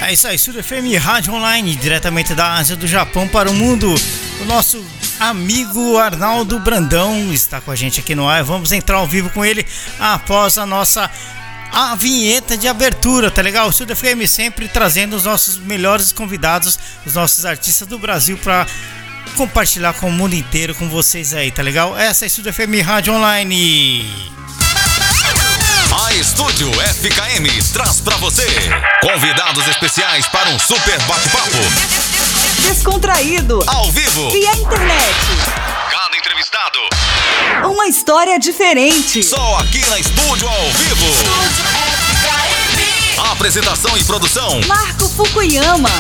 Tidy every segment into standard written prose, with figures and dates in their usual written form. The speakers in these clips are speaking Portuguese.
É isso aí, Estúdio FM Rádio Online, diretamente da Ásia do Japão para o mundo. O nosso amigo Arnaldo Brandão está com a gente aqui no ar. Vamos entrar ao vivo com ele após a vinheta de abertura, tá legal? O Estúdio FM sempre trazendo os nossos melhores convidados, os nossos artistas do Brasil para compartilhar com o mundo inteiro, com vocês aí, tá legal? Essa é a Estúdio FM Rádio Online. A Estúdio FKM traz pra você convidados especiais para um super bate-papo descontraído, ao vivo, via internet. Cada entrevistado, uma história diferente. Só aqui na Estúdio ao vivo. Estúdio FKM. Apresentação e produção, Marco Fukuyama.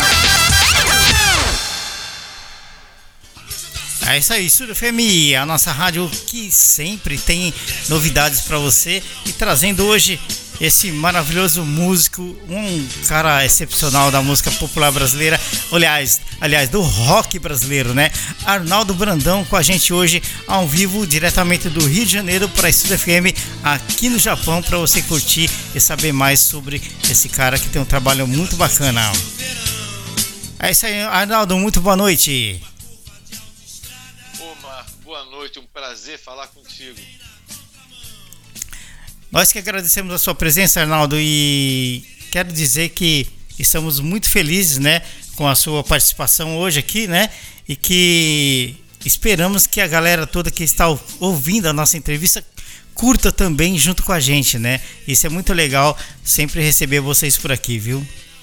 É isso aí, Estúdio FM, a nossa rádio que sempre tem novidades para você e trazendo hoje esse maravilhoso músico, um cara excepcional da música popular brasileira, aliás, do rock brasileiro, né? Arnaldo Brandão com a gente hoje ao vivo, diretamente do Rio de Janeiro para a Estúdio FM aqui no Japão, para você curtir e saber mais sobre esse cara que tem um trabalho muito bacana. É isso aí, Arnaldo, muito boa noite. Boa noite, um prazer falar contigo. Nós que agradecemos a sua presença, Arnaldo, e quero dizer que estamos muito felizes, né, com a sua participação hoje aqui, né, e que esperamos que a galera toda que está ouvindo a nossa entrevista curta também junto com a gente, né. Isso é muito legal, sempre receber vocês por aqui, viu?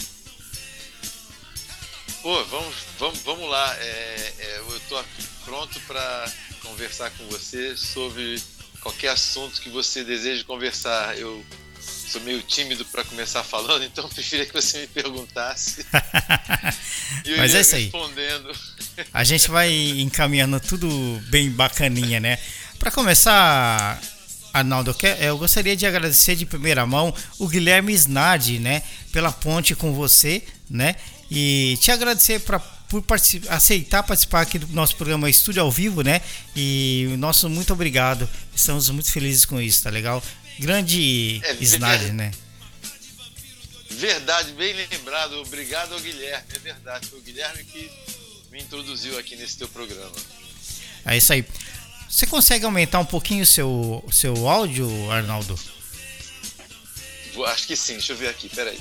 Pô, vamos lá, eu tô aqui pronto para conversar com você sobre qualquer assunto que você deseje conversar. Eu sou meio tímido para começar falando, então preferia que você me perguntasse. E eu Mas ia é isso aí. Respondendo. A gente vai encaminhando tudo bem bacaninha, né? Para começar, Arnaldo, eu gostaria de agradecer de primeira mão o Guilherme Snardi, né, pela ponte com você, né? E te agradecer por aceitar participar aqui do nosso programa Estúdio ao Vivo, né? E nosso muito obrigado. Estamos muito felizes com isso, tá legal? Grande Snardi, né? Verdade, bem lembrado. Obrigado ao Guilherme, é verdade. Foi o Guilherme que me introduziu aqui nesse teu programa. É isso aí. Você consegue aumentar um pouquinho o seu áudio, Arnaldo? Acho que sim, deixa eu ver aqui, peraí.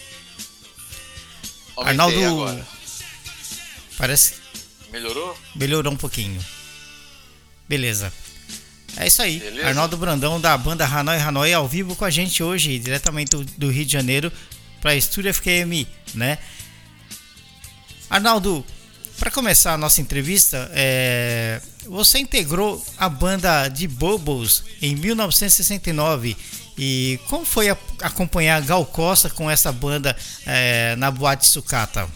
Arnaldo, agora. Parece. Melhorou? Melhorou um pouquinho. Beleza. É isso aí. Beleza? Arnaldo Brandão da banda Hanoi ao vivo com a gente hoje, diretamente do Rio de Janeiro para a Estúdio FKM, né? Arnaldo, para começar a nossa entrevista, você integrou a banda de Bubbles em 1969. E como foi acompanhar Gal Costa com essa banda na Boate Sucata?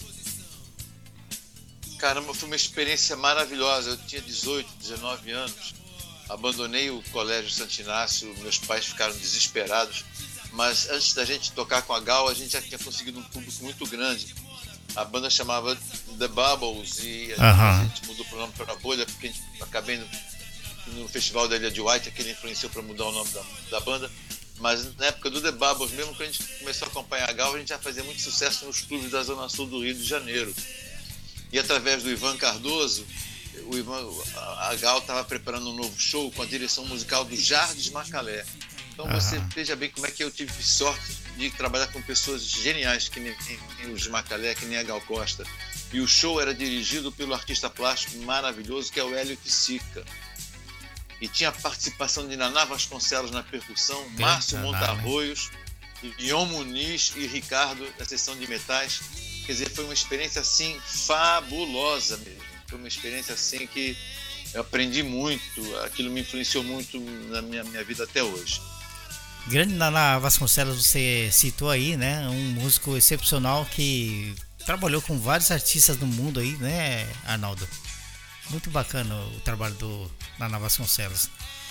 Caramba, foi uma experiência maravilhosa. Eu tinha 18, 19 anos. Abandonei o Colégio Santo Inácio, meus pais ficaram desesperados. Mas antes da gente tocar com a Gal, a gente já tinha conseguido um público muito grande. A banda chamava The Bubbles e a gente mudou o nome para a Bolha, porque a gente acabei no Festival da Ilha de White, que ele influenciou para mudar o nome da banda. Mas na época do The Bubbles, mesmo que a gente começou a acompanhar a Gal, a gente já fazia muito sucesso nos clubes da Zona Sul do Rio de Janeiro. E através do Ivan Cardoso, a Gal estava preparando um novo show com a direção musical do Jardim Macalé. Então você veja bem como é que eu tive sorte de trabalhar com pessoas geniais, que nem os Macalé, que nem a Gal Costa. E o show era dirigido pelo artista plástico maravilhoso, que é o Hélio Sica. E tinha a participação de Naná Vasconcelos na percussão, Márcio Montarroios, Ion Muniz e Ricardo na seção de metais. Quer dizer, foi uma experiência assim fabulosa mesmo. Foi uma experiência assim que eu aprendi muito, aquilo me influenciou muito na minha vida até hoje. Grande Naná Vasconcelos, você citou aí, né? Um músico excepcional que trabalhou com vários artistas do mundo aí, né, Arnaldo? Muito bacana o trabalho do Naná Vasconcelos.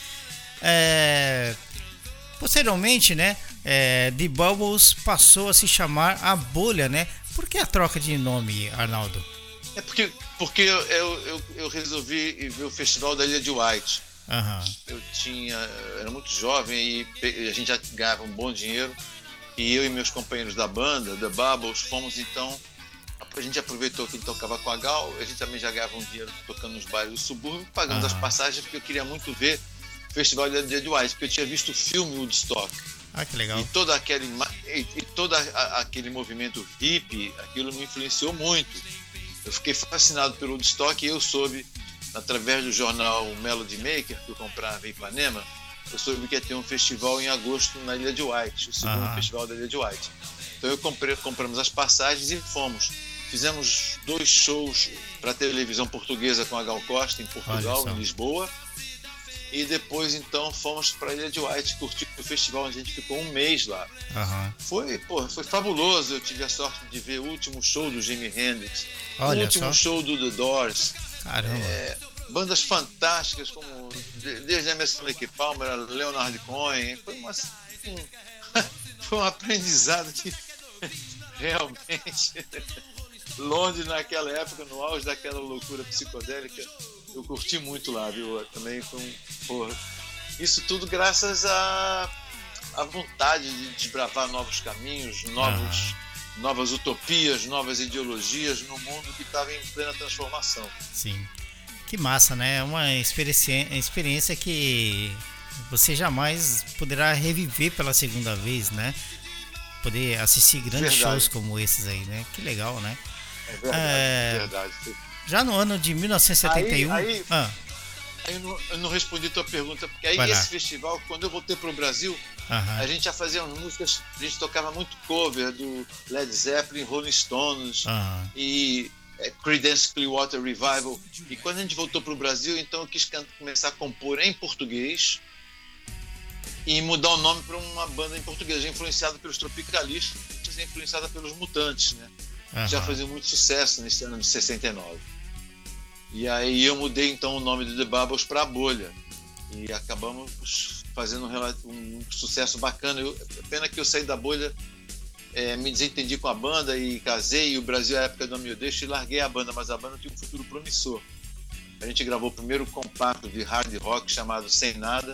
Posteriormente, né, The Bubbles passou a se chamar A Bolha, né? Por que a troca de nome, Arnaldo? É porque eu resolvi ver o Festival da Ilha de White. Eu era muito jovem e a gente já ganhava um bom dinheiro. E eu e meus companheiros da banda, The Bubbles, fomos então. A gente aproveitou que ele tocava com a Gal, a gente também já ganhava um dinheiro tocando nos bairros do subúrbio, pagando as passagens, porque eu queria muito ver o Festival de Led White, porque eu tinha visto o filme Woodstock. Ah, que legal. E todo aquele movimento hippie, aquilo me influenciou muito. Eu fiquei fascinado pelo Woodstock e eu soube, através do jornal Melody Maker, que eu comprava em Ipanema, eu soube que ia ter um festival em agosto na Ilha de White, o segundo festival da Ilha de White. Então compramos as passagens e fomos. Fizemos 2 shows para a televisão portuguesa com a Gal Costa em Portugal, em Lisboa. E depois então fomos para a Ilha de White curtir o festival, onde a gente ficou um mês lá. Foi fabuloso. Eu tive a sorte de ver o último show do Jimi Hendrix, o último show do The Doors. Caramba. Bandas fantásticas como desde Emerson Lake Palmer, Leonard Cohen. Foi um aprendizado que realmente Londres naquela época, no auge daquela loucura psicodélica, eu curti muito lá, viu? Também foi isso tudo graças à vontade de desbravar novos caminhos, novas utopias, novas ideologias no mundo que estava em plena transformação. Sim. Que massa, né? É uma experiência que você jamais poderá reviver pela segunda vez, né? Poder assistir grandes shows como esses aí, né? Que legal, né? É verdade. Já no ano de 1971... eu não respondi a tua pergunta, porque aí esse festival, quando eu voltei para o Brasil, a gente já fazia músicas, a gente tocava muito cover do Led Zeppelin, Rolling Stones e Creedence Clearwater Revival. E quando a gente voltou para o Brasil, então eu quis começar a compor em português e mudar o nome para uma banda em português, influenciada pelos Tropicalistas e influenciada pelos Mutantes, né? Já fazia muito sucesso nesse ano de 69. E aí eu mudei então o nome do The Bubbles para A Bolha. E acabamos fazendo um sucesso bacana. Pena que eu saí da Bolha, me desentendi com a banda e casei. E o Brasil, à época do Ame ou Deixe, e larguei a banda. Mas a banda tinha um futuro promissor. A gente gravou o primeiro compacto de hard rock chamado Sem Nada.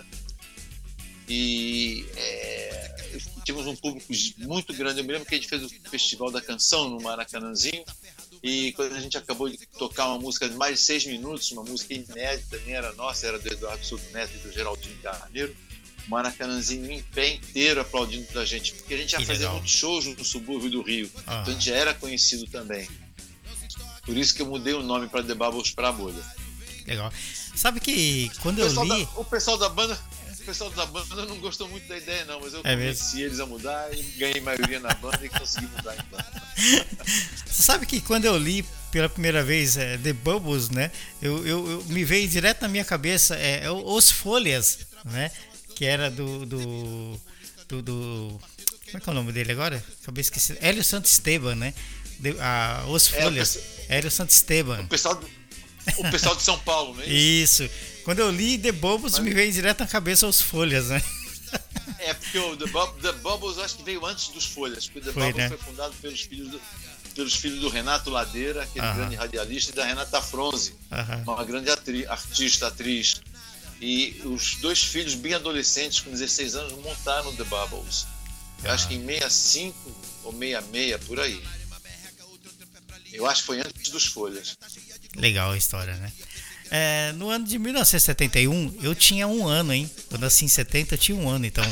E tivemos um público muito grande. Eu me lembro que a gente fez o Festival da Canção no Maracanãzinho, e quando a gente acabou de tocar uma música de mais de 6 minutos, uma música inédita, nem era nossa, era do Eduardo Souto Neto e do Geraldinho Carneiro, o Maracanãzinho em pé inteiro aplaudindo da gente, porque a gente já fazia muitos shows no subúrbio do Rio, então a gente já era conhecido também. Por isso que eu mudei o nome para The Bubbles para A Bolha. Legal. Sabe que quando eu li... O pessoal da banda não gostou muito da ideia, não, mas eu convenci eles a mudar e ganhei maioria na banda e consegui mudar então. Você sabe que quando eu li pela primeira vez The Bubbles, né, eu me veio direto na minha cabeça Os Folhas, né, que era do como é que é o nome dele agora? Acabei esquecendo. Hélio Santisteban, né? Os Folhas. Hélio Santisteban. O pessoal de São Paulo, não é isso? Isso. Quando eu li The Bubbles, me veio direto na cabeça Os Folhas, né? Porque o The Bubbles eu acho que veio antes dos Folhas, porque o The Bubbles foi fundado pelos filhos do Renato Ladeira, aquele grande radialista, e da Renata Fronzi, uma grande atriz. E os 2 filhos bem adolescentes, com 16 anos, montaram The Bubbles. Eu acho que em 65 ou 66, por aí. Eu acho que foi antes dos Folhas. Legal a história, né? No ano de 1971, eu tinha 1 ano, hein? Eu nasci em 70, eu tinha 1 ano, então...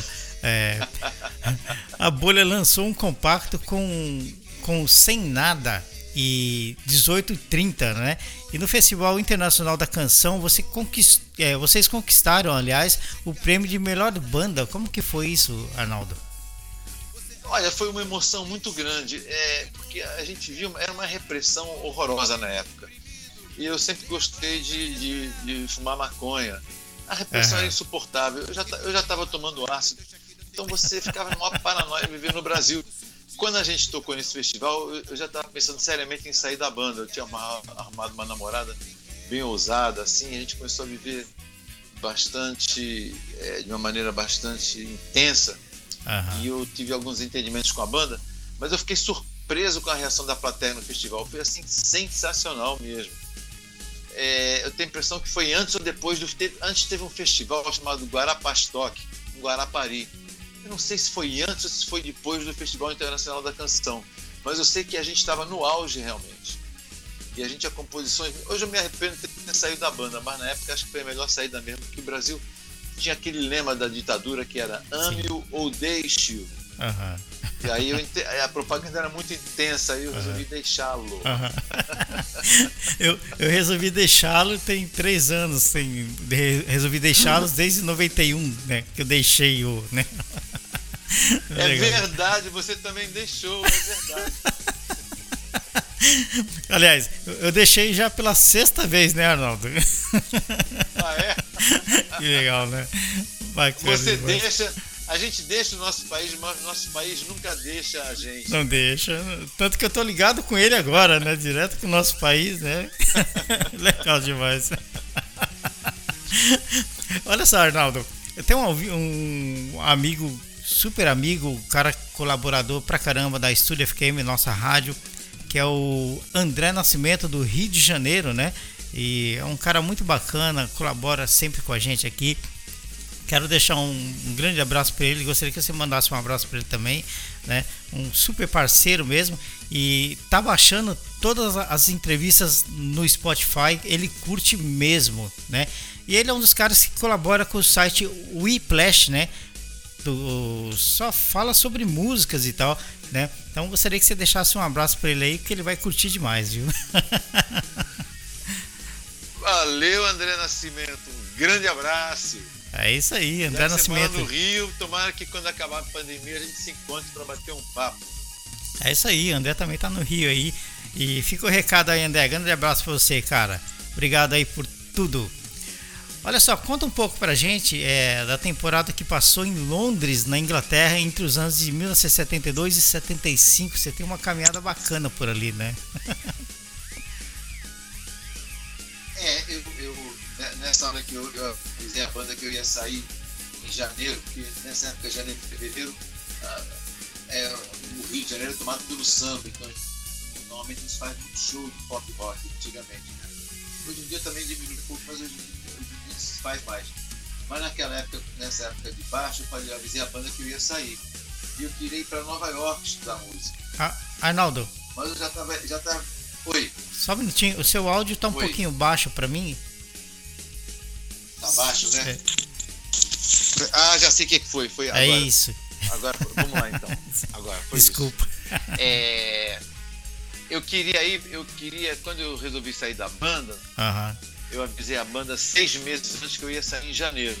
a Bolha lançou um compacto com Sem Nada e 1830, né? E no Festival Internacional da Canção, vocês conquistaram, aliás, o prêmio de melhor banda. Como que foi isso, Arnaldo? Olha, foi uma emoção muito grande, porque a gente viu, era uma repressão horrorosa na época. E eu sempre gostei de fumar maconha. A repressão era insuportável. Eu já estava tomando ácido. Então você ficava numa paranoia viver no Brasil. Quando a gente tocou nesse festival, eu já estava pensando seriamente em sair da banda. Eu tinha arrumado uma namorada bem ousada, assim. A gente começou a viver de uma maneira bastante intensa. E eu tive alguns entendimentos com a banda. Mas eu fiquei surpreso com a reação da plateia no festival. Foi assim, sensacional mesmo. Eu tenho a impressão que foi antes ou depois antes teve um festival chamado Guarapastoque, em Guarapari. Eu não sei se foi antes ou se foi depois do Festival Internacional da Canção, mas eu sei que a gente estava no auge realmente. E a gente tinha composições... Hoje eu me arrependo de ter saído da banda, mas na época acho que foi a melhor saída mesmo, porque o Brasil tinha aquele lema da ditadura que era ame-o ou deixe-o. Aham. E aí a propaganda era muito intensa, aí eu resolvi deixá-lo. Eu resolvi deixá-lo tem 3 anos. Resolvi deixá-los desde 91, né? Que eu deixei o. Né? É verdade, você também deixou, é verdade. Aliás, eu deixei já pela 6ª vez, né, Arnaldo? Ah, é? Que legal, né? Bacana, Você demais. deixa. A gente deixa o nosso país, mas o nosso país nunca deixa a gente. Não deixa. Tanto que eu tô ligado com ele agora, né? Direto com o nosso país, né? Legal demais. Olha só, Arnaldo. Eu tenho um amigo, super amigo, cara colaborador pra caramba da Estúdio FKM, nossa rádio, que é o André Nascimento, do Rio de Janeiro, né? E é um cara muito bacana, colabora sempre com a gente aqui. Quero deixar um grande abraço para ele. Gostaria que você mandasse um abraço para ele também, né? Um super parceiro mesmo. E tá baixando todas as entrevistas no Spotify. Ele curte mesmo, né? E ele é um dos caras que colabora com o site Weplash, né? Só fala sobre músicas e tal, né? Então gostaria que você deixasse um abraço para ele aí, que ele vai curtir demais, viu? Valeu, André Nascimento. Um grande abraço. É isso aí, André Nascimento. Semana no Rio, tomara que quando acabar a pandemia a gente se encontre para bater um papo. É isso aí, André também tá no Rio aí. E fica o recado aí, André. Grande abraço pra você, cara. Obrigado aí por tudo. Olha só, conta um pouco pra gente da temporada que passou em Londres, na Inglaterra, entre os anos de 1972 e 75. Você tem uma caminhada bacana por ali, né? Nessa hora que eu avisei a banda que eu ia sair em janeiro, porque nessa época, janeiro e fevereiro, o Rio de Janeiro é tomado pelo samba, então normalmente eles fazem muito show de pop rock antigamente, né? Hoje em dia também diminui um pouco, mas hoje em dia se faz mais. Mas naquela época, nessa época de baixo, eu avisei a banda que eu ia sair. E eu queria ir para Nova York estudar música. Arnaldo. Mas eu já tava. Oi. Só um minutinho, o seu áudio tá um pouquinho baixo pra mim. Tá baixo, né? Ah, já sei o que foi. Foi agora. É isso. Agora, vamos lá então. Agora, foi Desculpa. Isso. Eu queria, quando eu resolvi sair da banda, eu avisei a banda 6 meses antes que eu ia sair em janeiro.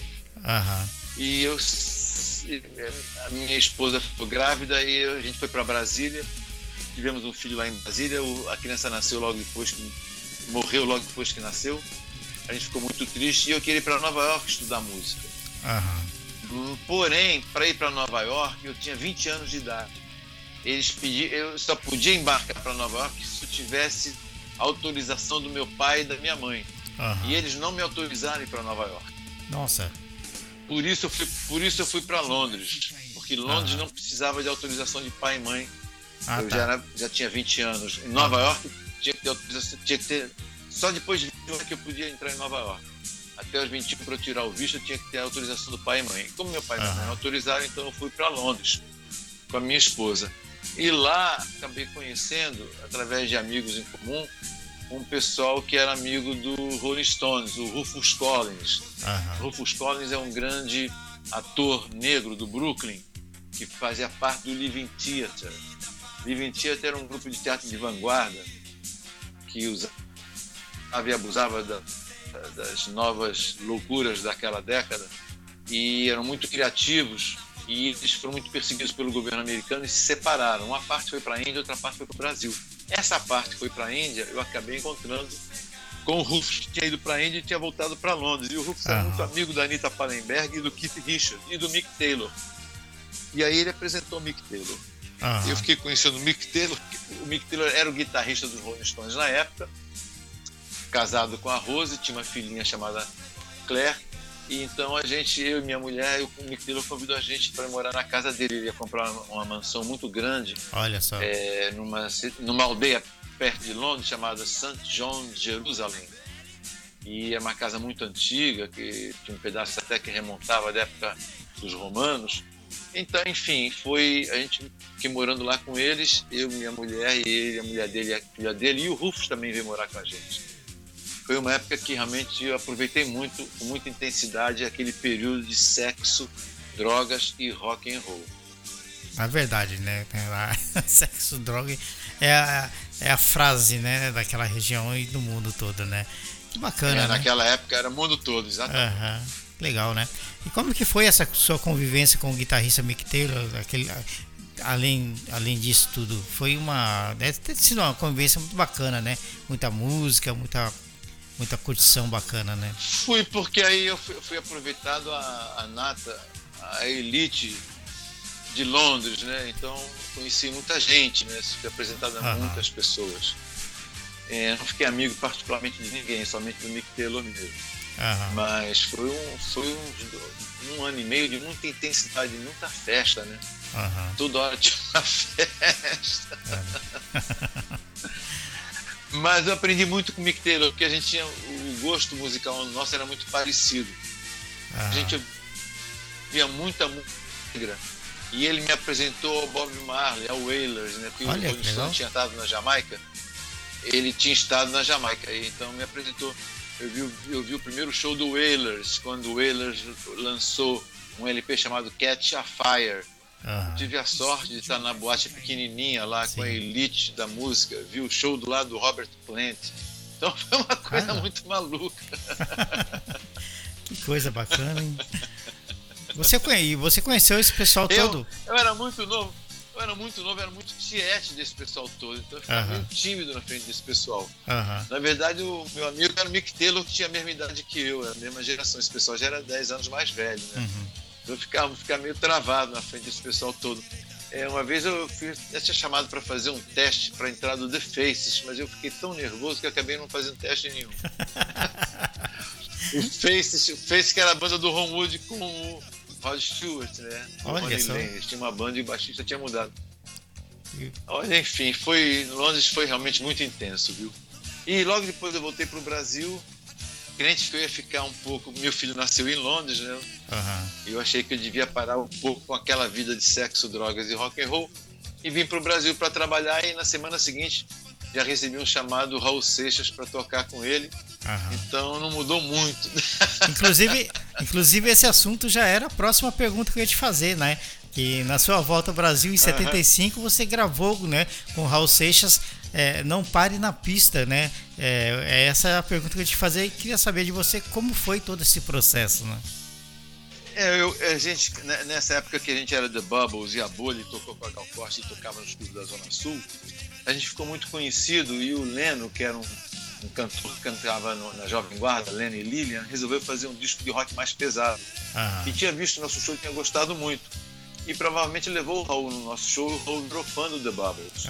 E a minha esposa ficou grávida e a gente foi para Brasília. Tivemos um filho lá em Brasília. A criança nasceu morreu logo depois que nasceu. A gente ficou muito triste e eu queria ir para Nova York estudar música. Porém, para ir para Nova York, eu tinha 20 anos de idade. Eu só podia embarcar para Nova York se eu tivesse autorização do meu pai e da minha mãe. E eles não me autorizaram a ir para Nova York. Nossa. Por isso eu fui para Londres, porque Londres não precisava de autorização de pai e mãe. Eu já tinha 20 anos. Em Nova York tinha que ter autorização, só depois de 20 anos que eu podia entrar em Nova York. Até os 21 para eu tirar o visto, eu tinha que ter a autorização do pai e mãe. Como meu pai e minha mãe autorizaram, então eu fui para Londres com a minha esposa. E lá acabei conhecendo, através de amigos em comum, um pessoal que era amigo do Rolling Stones, o Rufus Collins. Rufus Collins é um grande ator negro do Brooklyn que fazia parte do Living Theatre. Living Theatre era um grupo de teatro de vanguarda que usava e abusava das novas loucuras daquela década e eram muito criativos e eles foram muito perseguidos pelo governo americano e se separaram. Uma parte foi para a Índia, outra parte foi para o Brasil. Essa parte que foi para a Índia, eu acabei encontrando com o Rufus, que tinha ido para a Índia e tinha voltado para Londres. E o Rufus era muito amigo da Anita Pallenberg e do Keith Richards e do Mick Taylor. E aí ele apresentou o Mick Taylor. Eu fiquei conhecendo o Mick Taylor. O Mick Taylor era o guitarrista dos Rolling Stones na época, casado com a Rose, tinha uma filhinha chamada Claire. E então eu e minha mulher, o Mick Taylor convidou a gente para morar na casa dele. Ele ia comprar uma mansão muito grande. Olha só. Numa aldeia perto de Londres chamada St. John, Jerusalém. E é uma casa muito antiga, que tinha um pedaço até que remontava da época dos romanos. Então, enfim, a gente fiquei morando lá com eles, eu, minha mulher, e ele, a mulher dele e a filha dele, e o Rufus também veio morar com a gente. Foi uma época que realmente eu aproveitei muito, com muita intensidade, aquele período de sexo, drogas e rock and roll. Na verdade, né? Sexo, droga é a frase, né, daquela região e do mundo todo, né? Que bacana, né? Naquela época era o mundo todo, exatamente. Legal, né? E como que foi essa sua convivência com o guitarrista Mick Taylor? Além disso tudo, deve ter sido uma convivência muito bacana, né? Muita música, muita curtição bacana, né? Fui, porque aí eu fui aproveitado a nata, a elite de Londres, né? Então conheci muita gente, né? Fui apresentado a muitas pessoas. Não fiquei amigo particularmente de ninguém, somente do Mick Taylor mesmo. Mas foi um ano e meio de muita intensidade, de muita festa, né? Toda hora tinha uma festa. Mas eu aprendi muito com o Mick Taylor, porque a gente tinha o gosto musical nosso era muito parecido. A gente via muita música negra. E ele me apresentou ao Bob Marley, ao Wailers, né? Porque o Rolling Stone tinha estado na Jamaica. Ele tinha estado na Jamaica, então me apresentou. Eu vi o primeiro show do Wailers, quando o Wailers lançou um LP chamado Catch a Fire. Tive a sorte de estar na boate pequenininha lá, com a elite da música. Vi o show do lado do Robert Plant. Então foi uma coisa muito maluca. Que coisa bacana, hein? Você conheceu esse pessoal todo? Eu era muito novo, era muito tiete desse pessoal todo, então eu ficava meio tímido na frente desse pessoal. Na verdade, o meu amigo era o Mick Taylor, que tinha a mesma idade que eu, era a mesma geração. Esse pessoal já era 10 anos mais velho, né? Eu ficava meio travado na frente desse pessoal todo. Uma vez eu tinha chamado para fazer um teste para entrar do The Faces, mas eu fiquei tão nervoso que acabei não fazendo teste nenhum. O Faces, que era a banda do Ron Wood com o Rod Stewart, né? Olha só. Eles tinham uma banda e o baixista tinha mudado. Olha, enfim, Londres foi realmente muito intenso, viu? E logo depois eu voltei para o Brasil, crente que eu ia ficar um pouco. Meu filho nasceu em Londres, né? E eu achei que eu devia parar um pouco com aquela vida de sexo, drogas e rock and roll e vim para o Brasil para trabalhar. E na semana seguinte já recebi um chamado do Raul Seixas para tocar com ele. Então não mudou muito. Inclusive esse assunto já era a próxima pergunta que eu ia te fazer, né? Que na sua volta ao Brasil em 75 você gravou, né, com o Raul Seixas, Não Pare na Pista, né? Essa é a pergunta que eu ia te fazer e queria saber de você como foi todo esse processo, né? A gente, nessa época que a gente era The Bubbles e a Bolha, tocou com a Gal Costa e tocava nos clubes da Zona Sul, a gente ficou muito conhecido e o Leno, que era um cantor que cantava na Jovem Guarda, Leno e Lilian, resolveu fazer um disco de rock mais pesado. E tinha visto o nosso show e tinha gostado muito. E provavelmente levou o Raul no nosso show, o Raul virou fã do The Bubbles.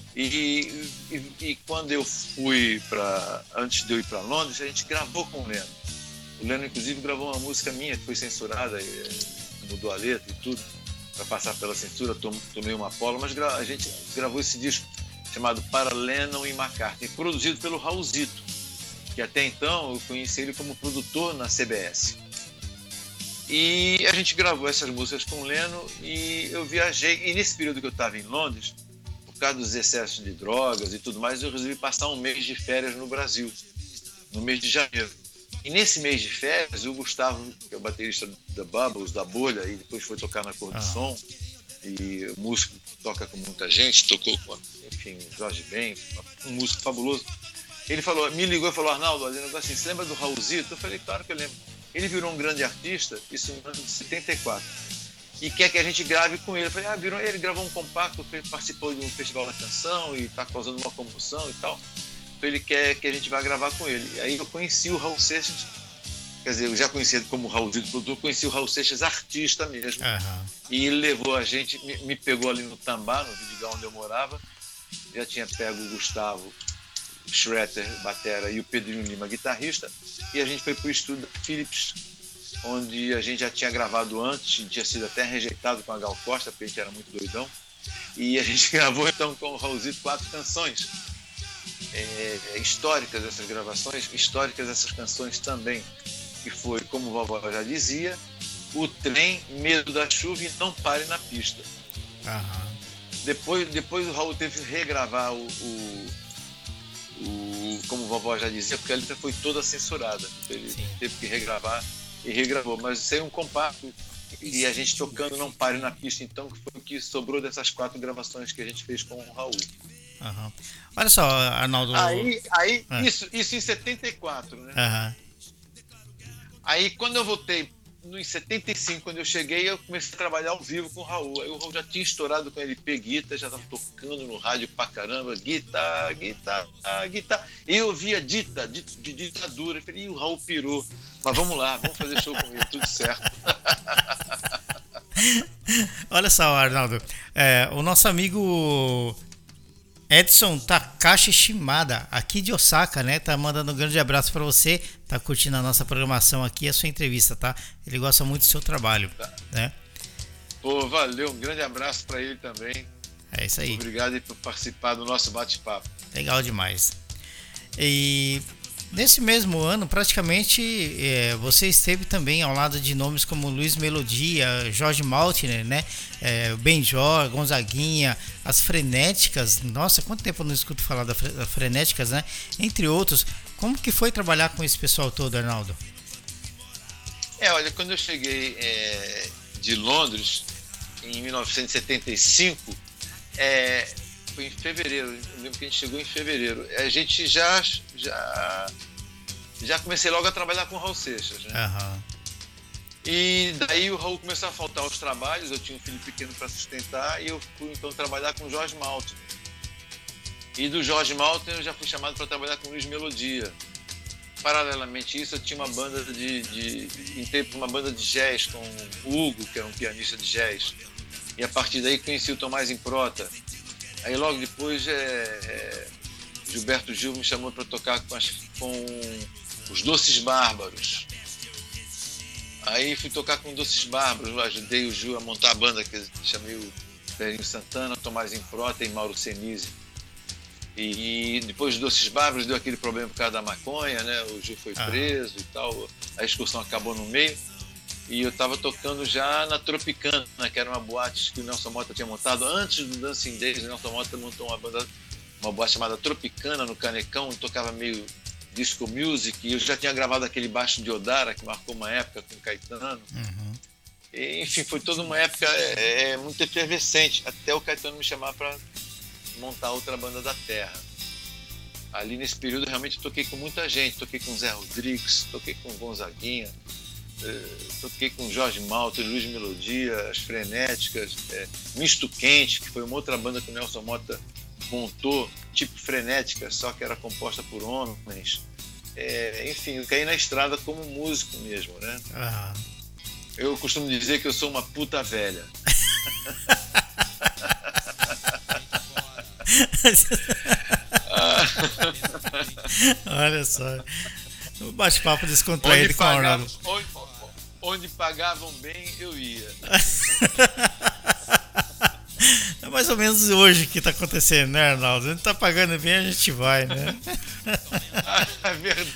E quando eu fui antes de eu ir para Londres, a gente gravou com o Leno. O Leno, inclusive, gravou uma música minha que foi censurada, mudou a letra e tudo, para passar pela censura, tomei uma pola, mas a gente gravou esse disco chamado Para Lennon e McCartney, produzido pelo Raulzito, que até então eu conheci ele como produtor na CBS. E a gente gravou essas músicas com o Leno e eu viajei, e nesse período que eu estava em Londres, por causa dos excessos de drogas e tudo mais, eu resolvi passar um mês de férias no Brasil, no mês de janeiro. E nesse mês de férias, o Gustavo, que é o baterista da Bubbles, da Bolha, e depois foi tocar na Cor do Som, e músico toca com muita gente, tocou com, enfim, Jorge Ben, um músico fabuloso. Ele me ligou e falou: Arnaldo, olha, assim, você lembra do Raulzito? Eu falei: claro que eu lembro. Ele virou um grande artista, isso no ano de 74, e quer que a gente grave com ele. Eu falei: ele gravou um compacto, participou de um festival da canção e está causando uma comoção e tal. Então ele quer que a gente vá gravar com ele. E aí eu conheci o Raul Seixas, quer dizer, eu já conhecia ele como Raulzito produtor, conheci o Raul Seixas artista mesmo. E ele levou a gente, me pegou ali no Tambá, no Vidigal onde eu morava, já tinha pego o Gustavo Schroeter, batera, e o Pedrinho Lima, guitarrista, e a gente foi para o estúdio da Philips, onde a gente já tinha gravado antes, tinha sido até rejeitado com a Gal Costa, porque a gente era muito doidão, e a gente gravou então com o Raulzito 4 canções. Históricas essas gravações, históricas essas canções também, que foi Como Vovó Já Dizia, o trem, medo da chuva e não pare na pista. Aham. Depois o Raul teve que regravar como a vovó já dizia, porque a letra foi toda censurada. Ele teve que regravar e regravou. Mas isso aí é um compacto e a gente tocando Não Pare na Pista, então, que foi o que sobrou dessas 4 gravações que a gente fez com o Raul. Aham. Olha só, Arnaldo. Isso em 74, né? Aham. Aí quando eu voltei em 75, quando eu cheguei, eu comecei a trabalhar ao vivo com o Raul. Aí o Raul já tinha estourado com LP Guitar, já estava tocando no rádio pra caramba, guitarra. E eu ouvia de ditadura. Eu falei, e o Raul pirou. Mas vamos lá, vamos fazer show com ele, tudo certo. Olha só, Arnaldo. O nosso amigo Edson Takashi Shimada, aqui de Osaka, né? Tá mandando um grande abraço para você. Tá curtindo a nossa programação aqui, a sua entrevista, tá? Ele gosta muito do seu trabalho, né? Pô, valeu. Um grande abraço para ele também. É isso aí. Obrigado por participar do nosso bate-papo. Legal demais. E nesse mesmo ano, praticamente, você esteve também ao lado de nomes como Luiz Melodia, Jorge Maltner, né? Benjor, Gonzaguinha, as Frenéticas. Nossa, quanto tempo eu não escuto falar das Frenéticas, né? Entre outros. Como que foi trabalhar com esse pessoal todo, Arnaldo? Olha, quando eu cheguei de Londres, em 1975, foi em fevereiro, eu lembro que a gente chegou em fevereiro. A gente já comecei logo a trabalhar com o Raul Seixas, né? Aham. E daí o Raul começou a faltar aos trabalhos, eu tinha um filho pequeno para sustentar, e eu fui então trabalhar com o Jorge Maltner. E do Jorge Maltner eu já fui chamado para trabalhar com o Luiz Melodia. Paralelamente a isso, eu tinha uma banda entrei para uma banda de jazz com o Hugo, que era um pianista de jazz. E a partir daí conheci o Tomás Improta. Aí logo depois Gilberto Gil me chamou para tocar com os Doces Bárbaros. Aí fui tocar com os Doces Bárbaros, ajudei o Gil a montar a banda, que chamei o Perinho Santana, Tomás Improta e Mauro Senise. E depois dos Doces Bárbaros deu aquele problema por causa da maconha, né? O Gil foi preso e tal, a excursão acabou no meio. E eu estava tocando já na Tropicana, que era uma boate que o Nelson Motta tinha montado. Antes do Dancing Days, o Nelson Motta montou uma boate chamada Tropicana, no Canecão, onde tocava meio disco music. E eu já tinha gravado aquele baixo de Odara, que marcou uma época com o Caetano. Uhum. E, enfim, foi toda uma época muito efervescente, até o Caetano me chamar para montar outra banda da Terra. Ali nesse período realmente eu toquei com muita gente, toquei com Zé Rodrigues, toquei com Gonzaguinha, toquei com Jorge Malta, Luiz Melodia, as Frenéticas, Misto Quente, que foi uma outra banda que o Nelson Motta montou, tipo Frenética, só que era composta por homens. Enfim, eu caí na estrada como músico mesmo, né? Eu costumo dizer que eu sou uma puta velha. Olha só, um bate-papo descontraído com o Arnaldo. Onde pagavam bem, eu ia. É mais ou menos hoje que tá acontecendo, né, Arnaldo? A gente tá pagando bem, a gente vai, né? É verdade.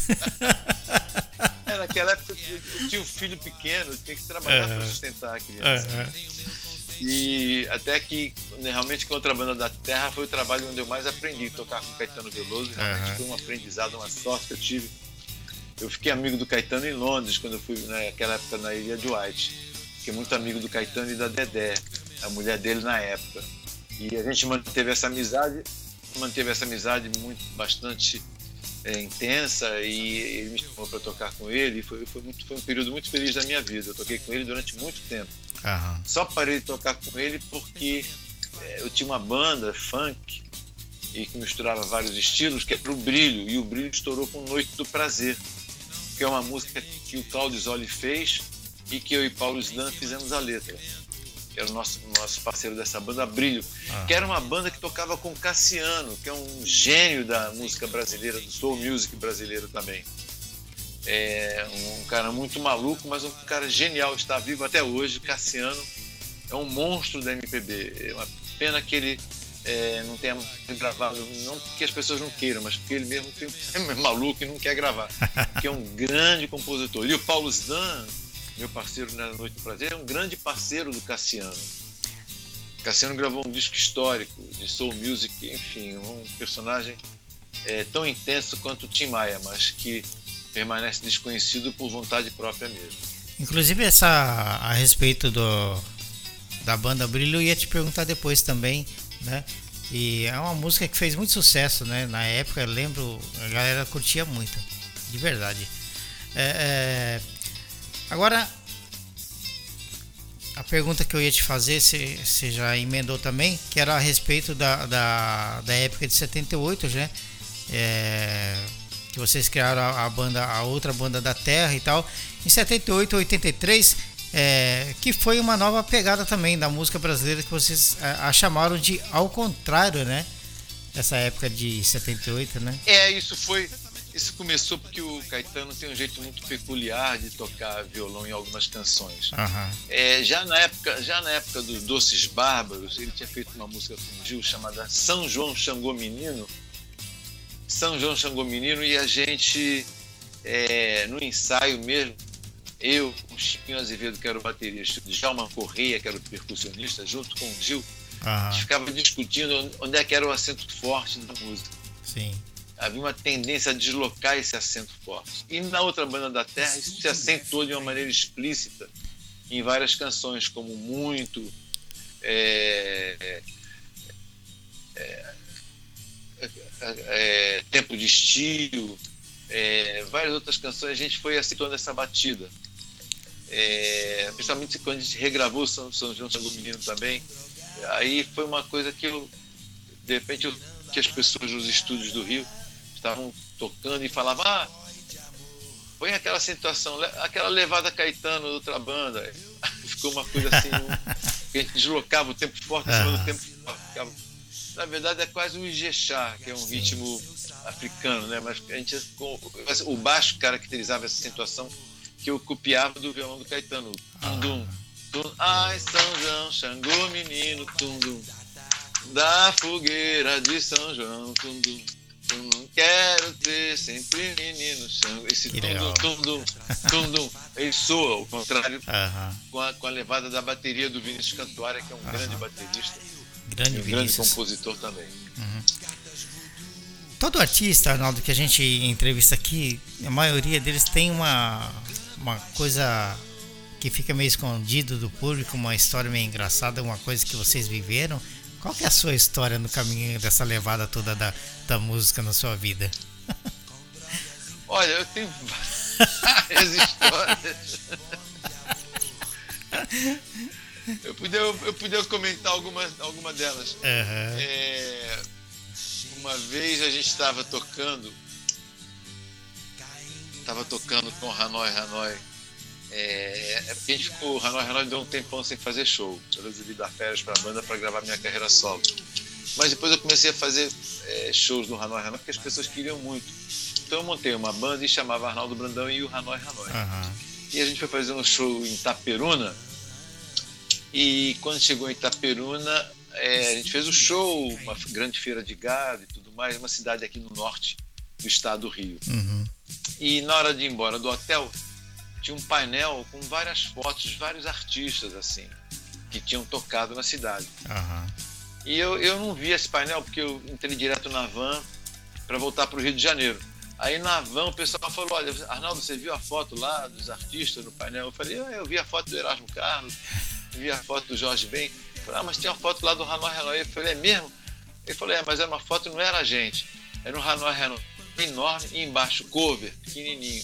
Naquela época eu tinha um filho pequeno, eu tinha que trabalhar para sustentar a criança. E até que realmente com outra banda da Terra foi o trabalho onde eu mais aprendi a tocar com o Caetano Veloso. Realmente foi um aprendizado, uma sorte que eu tive. Eu fiquei amigo do Caetano em Londres, quando eu fui naquela época na Ilha de White. Fiquei muito amigo do Caetano e da Dedé, a mulher dele na época. E a gente manteve essa amizade bastante intensa, e ele me chamou para tocar com ele. Foi um período muito feliz da minha vida. Eu toquei com ele durante muito tempo. Só parei de tocar com ele porque eu tinha uma banda funk e que misturava vários estilos, que era o Brilho, e o Brilho estourou com Noite do Prazer, que é uma música que o Claudio Zoli fez e que eu e Paulo Sdan fizemos a letra. Que era o nosso parceiro dessa banda, Brilho, que era uma banda que tocava com Cassiano, que é um gênio da música brasileira, do soul music brasileiro também. Um cara muito maluco, mas um cara genial, está vivo até hoje. Cassiano é um monstro da MPB. É uma pena que ele não tenha gravado, não porque as pessoas não queiram, mas porque ele mesmo é maluco e não quer gravar, que é um grande compositor. E o Paulo Sdan meu parceiro na Noite do Prazer, é um grande parceiro do Cassiano. Cassiano gravou um disco histórico de soul music, enfim, um personagem tão intenso quanto o Tim Maia, mas que permanece desconhecido por vontade própria mesmo. Inclusive a respeito da banda Brilho, eu ia te perguntar depois também, né? E é uma música que fez muito sucesso, né? Na época, eu lembro, a galera curtia muito, de verdade. Agora, a pergunta que eu ia te fazer, você já emendou também, que era a respeito da época de 78, né? Que vocês criaram a outra banda da Terra e tal. Em 78, 83, que foi uma nova pegada também da música brasileira, que vocês a chamaram de Ao Contrário, né? Essa época de 78, né? Isso começou porque o Caetano tem um jeito muito peculiar de tocar violão em algumas canções. Uhum. Já na época dos Doces Bárbaros, ele tinha feito uma música com o Gil chamada São João Xangô Menino. São João Xangô Menino, e a gente, no ensaio mesmo, eu, o Chiquinho Azevedo, que era o baterista, o Djalma Correia, que era o percussionista, junto com o Gil, a gente ficava discutindo onde é que era o acento forte da música. Sim. Havia uma tendência a deslocar esse acento forte. E na outra banda da Terra, isso se acentuou de uma maneira explícita em várias canções, como Muito, Tempo de Estio, várias outras canções. A gente foi acentuando essa batida. Principalmente quando a gente regravou São João Xangô Menino também. Aí foi uma coisa que de repente, que as pessoas nos estúdios do Rio estavam tocando e falavam: põe aquela acentuação, aquela levada Caetano, outra banda. Ficou uma coisa assim, que a gente deslocava o tempo forte em cima do tempo forte. Na verdade é quase um Ijexá, que é um ritmo africano, né? Mas o baixo caracterizava essa acentuação que eu copiava do violão do Caetano. Tum-dum, tum, ai São João, Xangô Menino, tum-dum, da fogueira de São João, tum-dum, tum, quero ter sempre menino Xangô. Esse tum-dum, tum-dum, tum-dum, ele soa ao contrário, com a levada da bateria do Vinícius Cantuária, que é um grande baterista, grande compositor também. Todo artista, Arnaldo, que a gente entrevista aqui, a maioria deles tem uma coisa que fica meio escondido do público, uma história meio engraçada, uma coisa que vocês viveram. Qual que é a sua história no caminho dessa levada toda da música na sua vida? Olha, eu tenho várias histórias. Eu podia comentar alguma delas. Uma vez a gente estava tocando com Hanoi. Porque a gente ficou, Hanoi deu um tempão sem fazer show. Eu resolvi dar férias para a banda para gravar minha carreira solo. Mas depois eu comecei a fazer shows do Hanoi porque as pessoas queriam muito. Então eu montei uma banda e chamava Arnaldo Brandão e o Hanoi. E a gente foi fazer um show em Itaperuna. E quando chegou em Itaperuna, a gente fez o show, uma grande feira de gado e tudo mais, uma cidade aqui no norte do estado do Rio. E na hora de ir embora do hotel, tinha um painel com várias fotos de vários artistas assim que tinham tocado na cidade. E eu não vi esse painel porque eu entrei direto na van para voltar para o Rio de Janeiro. Aí na van o pessoal falou: olha, Arnaldo, você viu a foto lá dos artistas no painel? Eu falei: eu vi a foto do Erasmo Carlos, vi a foto do Jorge Ben. Eu falei: mas tinha uma foto lá do Hanoi. Eu falei: é mesmo? Ele falou: mas era uma foto, não era a gente, era um Hanoi enorme e embaixo cover, pequenininho.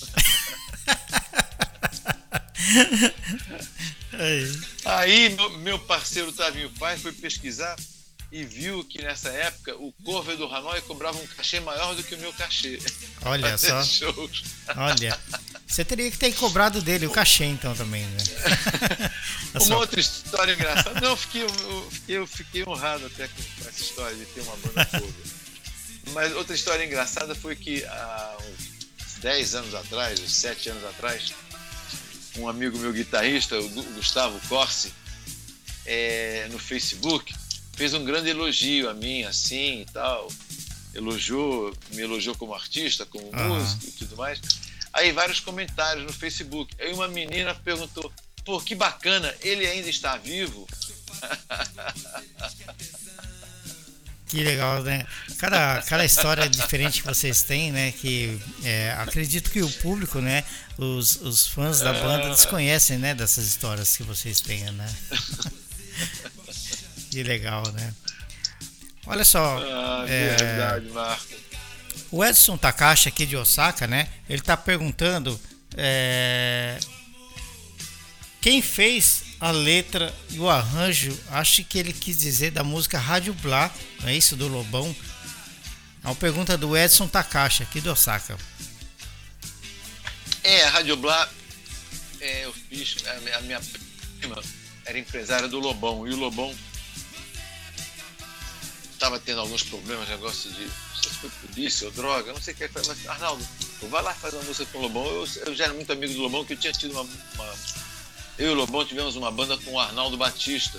Aí meu parceiro Tavinho Paz foi pesquisar e viu que nessa época o cover do Hanoi cobrava um cachê maior do que o meu cachê. Olha só. Shows. Olha, você teria que ter cobrado dele o cachê então também, né? Uma outra história engraçada. Não, eu fiquei honrado até com essa história de ter uma banda cover. Mas outra história engraçada foi que há uns 10 anos atrás, uns 7 anos atrás, um amigo meu guitarrista, o Gustavo Corsi, no Facebook, fez um grande elogio a mim, assim e tal. Me elogiou como artista, como músico e tudo mais. Aí vários comentários no Facebook. Aí uma menina perguntou, pô, que bacana, ele ainda está vivo? Que legal, né? Cada história diferente que vocês têm, né? Que acredito que o público, né? Os fãs da banda desconhecem, né? Dessas histórias que vocês têm, né? Que legal, né? Olha só. Verdade, Marco. O Edson Takashi aqui de Osaka, né? Ele tá perguntando quem fez a letra e o arranjo. Acho que ele quis dizer da música Rádio Blá, não é isso? Do Lobão. É uma pergunta do Edson Takashi aqui de Osaka. A Rádio Blá, eu fiz, a minha prima era empresária do Lobão, e o Lobão estava tendo alguns problemas, negócio de, não sei se foi polícia ou droga, não sei o que foi, mas Arnaldo, vai lá fazer uma música com o Lobão. Eu já era muito amigo do Lobão, que eu tinha tido eu e o Lobão tivemos uma banda com o Arnaldo Batista,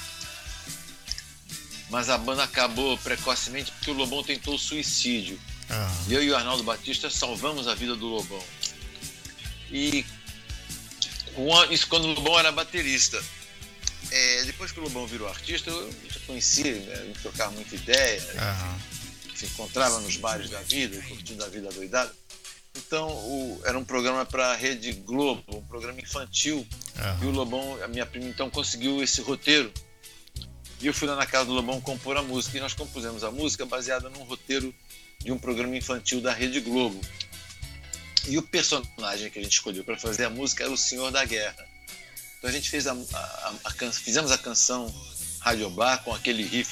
mas a banda acabou precocemente porque o Lobão tentou o suicídio. E eu e o Arnaldo Batista salvamos a vida do Lobão. E isso quando o Lobão era baterista. Depois que o Lobão virou artista, eu já conhecia, né? A gente trocava muita ideia, se encontrava nos bares da vida, curtindo a vida doidada. Então era um programa para a Rede Globo, um programa infantil. E o Lobão, a minha prima, então conseguiu esse roteiro. E eu fui lá na casa do Lobão compor a música. E nós compusemos a música baseada num roteiro de um programa infantil da Rede Globo. E o personagem que a gente escolheu para fazer a música era o Senhor da Guerra. Então a gente fez fizemos a canção Rádio Blá com aquele riff.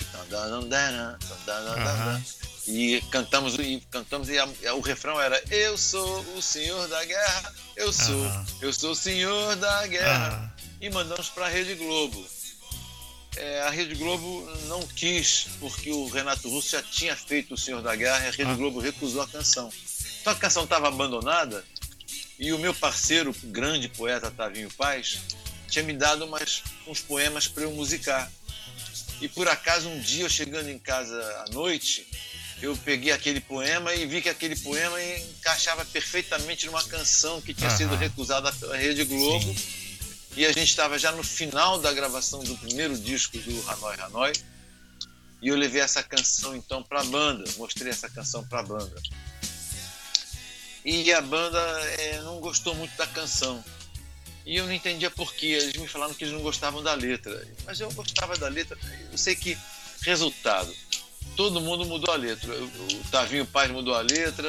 E cantamos e o refrão era: eu sou o Senhor da Guerra, eu sou o Senhor da Guerra. E mandamos para a Rede Globo. A Rede Globo não quis, porque o Renato Russo já tinha feito o Senhor da Guerra e a Rede Globo recusou a canção. Então a canção estava abandonada e o meu parceiro, o grande poeta Tavinho Paz, tinha me dado uns poemas para eu musicar. E por acaso um dia, eu chegando em casa à noite, eu peguei aquele poema e vi que aquele poema encaixava perfeitamente numa canção que tinha sido recusada pela Rede Globo. Sim. E a gente estava já no final da gravação do primeiro disco do Hanoi Hanoi. E eu levei essa canção então para a banda, mostrei essa canção para a banda. E a banda não gostou muito da canção. E eu não entendia por quê. Eles me falaram que eles não gostavam da letra. Mas eu gostava da letra. Eu sei que, resultado, todo mundo mudou a letra. O Tavinho Paz mudou a letra,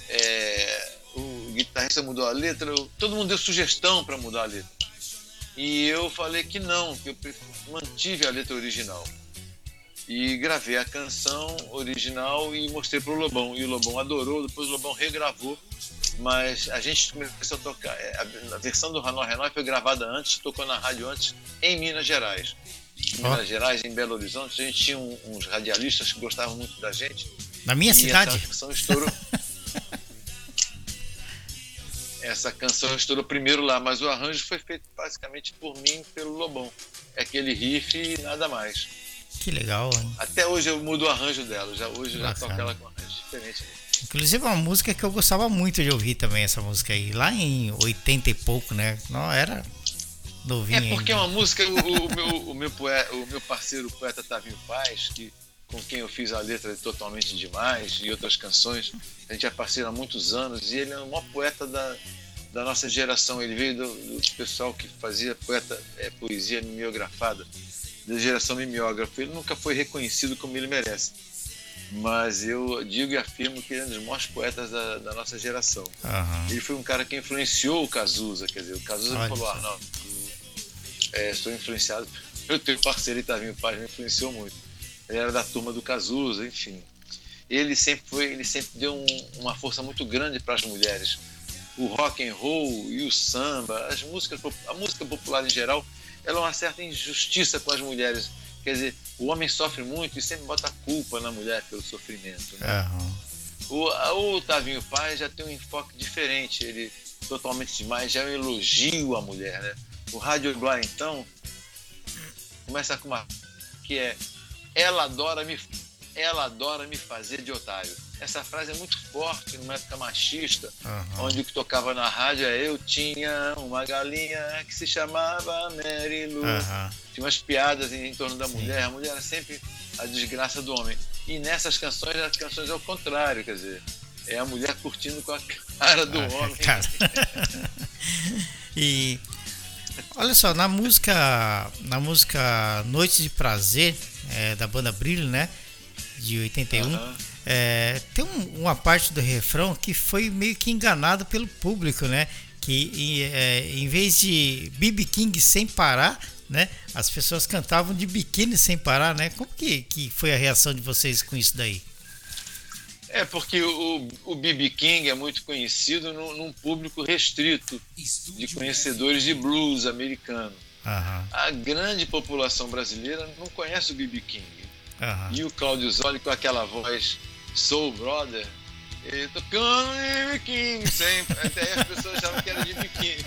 o guitarrista mudou a letra, todo mundo deu sugestão para mudar a letra. E eu falei que não, que eu mantive a letra original. E gravei a canção original e mostrei para o Lobão. E o Lobão adorou, depois o Lobão regravou. Mas a gente começou a tocar. A versão do Hanoi Hanoi foi gravada antes, tocou na rádio antes, em Minas Gerais. Em Minas Gerais, em Belo Horizonte, a gente tinha uns radialistas que gostavam muito da gente. Na minha cidade? Essa canção estourou. Essa canção estourou primeiro lá, mas o arranjo foi feito basicamente por mim e pelo Lobão. É aquele riff e nada mais. Que legal, hein? Até hoje eu mudo o arranjo dela. Hoje eu já toco ela com arranjo diferente. Inclusive é uma música que eu gostava muito de ouvir também, essa música aí. Lá em 80 e pouco, né? Não, era novinho. Porque ainda. É uma música, o meu parceiro, o poeta Tavinho Paz, com quem eu fiz a letra de Totalmente Demais e outras canções, a gente é parceiro há muitos anos, e ele é o maior poeta da nossa geração. Ele veio do pessoal que fazia poesia mimeografada, da geração mimeógrafa. Ele nunca foi reconhecido como ele merece, mas eu digo e afirmo que ele é um dos maiores poetas da nossa geração. Ele foi um cara que influenciou o Cazuza, quer dizer, o Cazuza me falou: não, estou influenciado pelo teu parceiro Tavinho Paz, me influenciou muito. Ele era da turma do Cazuza, enfim. Ele sempre deu uma força muito grande para as mulheres. O rock and roll e o samba, a música popular em geral, ela é uma certa injustiça com as mulheres. Quer dizer, o homem sofre muito e sempre bota a culpa na mulher pelo sofrimento, né? O Tavinho Paz já tem um enfoque diferente. Ele, Totalmente Demais, já é um elogio à mulher, né? O Rádio Blá, então, começa com uma que ela adora me ela adora me fazer de otário. Essa frase é muito forte numa época machista, onde o que tocava na rádio é eu tinha uma galinha que se chamava Mary Lou. Tinha umas piadas em torno da mulher, a mulher era sempre a desgraça do homem. E nessas canções, as canções é o contrário, quer dizer, é a mulher curtindo com a cara do homem. Cara. E olha só, na música Noite de Prazer, da banda Brilho, né? De 81, tem uma parte do refrão que foi meio que enganado pelo público, né? Que em vez de B.B. King sem parar, né? As pessoas cantavam de biquíni sem parar, né? Como que foi a reação de vocês com isso daí? Porque o B.B. King é muito conhecido num público restrito de conhecedores de blues americano. A grande população brasileira não conhece o B.B. King. E o Cláudio Zoli, com aquela voz Soul Brother, ele tocando B.B. King sempre. Até as pessoas achavam que era de biquíni.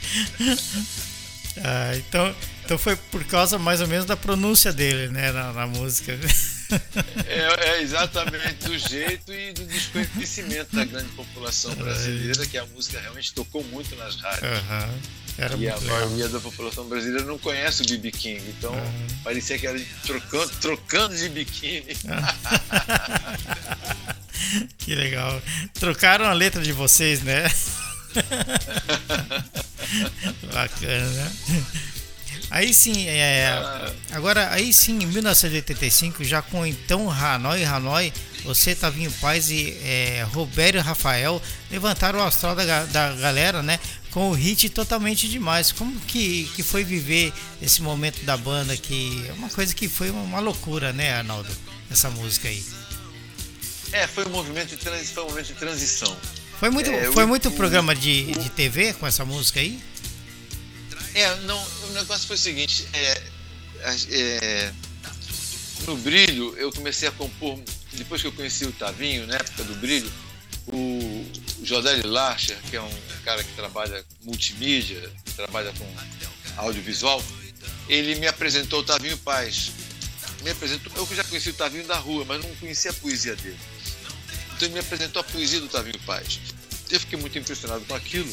Então foi por causa mais ou menos da pronúncia dele, né, na música. Exatamente do jeito e do desconhecimento da grande população brasileira, que a música realmente tocou muito nas rádios. E a maioria da população brasileira não conhece o B.B. King, então parecia que era trocando de biquíni. Que legal. Trocaram a letra de vocês, né? Bacana, né? Aí sim, em 1985, já com então Hanoi, você, Tavinho Paz e Roberto e Rafael levantaram o astral da galera, né? Com o hit Totalmente Demais. Como que foi viver esse momento da banda, que é uma coisa que foi uma loucura, né, Arnaldo? Essa música aí. Foi um momento de transição. Foi muito programa de TV com essa música aí? O negócio foi o seguinte, no Brilho eu comecei a compor, depois que eu conheci o Tavinho, na época do Brilho, o José Larcher, que é um cara que trabalha multimídia, trabalha com audiovisual, ele me apresentou o Tavinho Paz. Eu que já conheci o Tavinho da rua, mas não conhecia a poesia dele. Então ele me apresentou a poesia do Tavinho Paz. Eu fiquei muito impressionado com aquilo.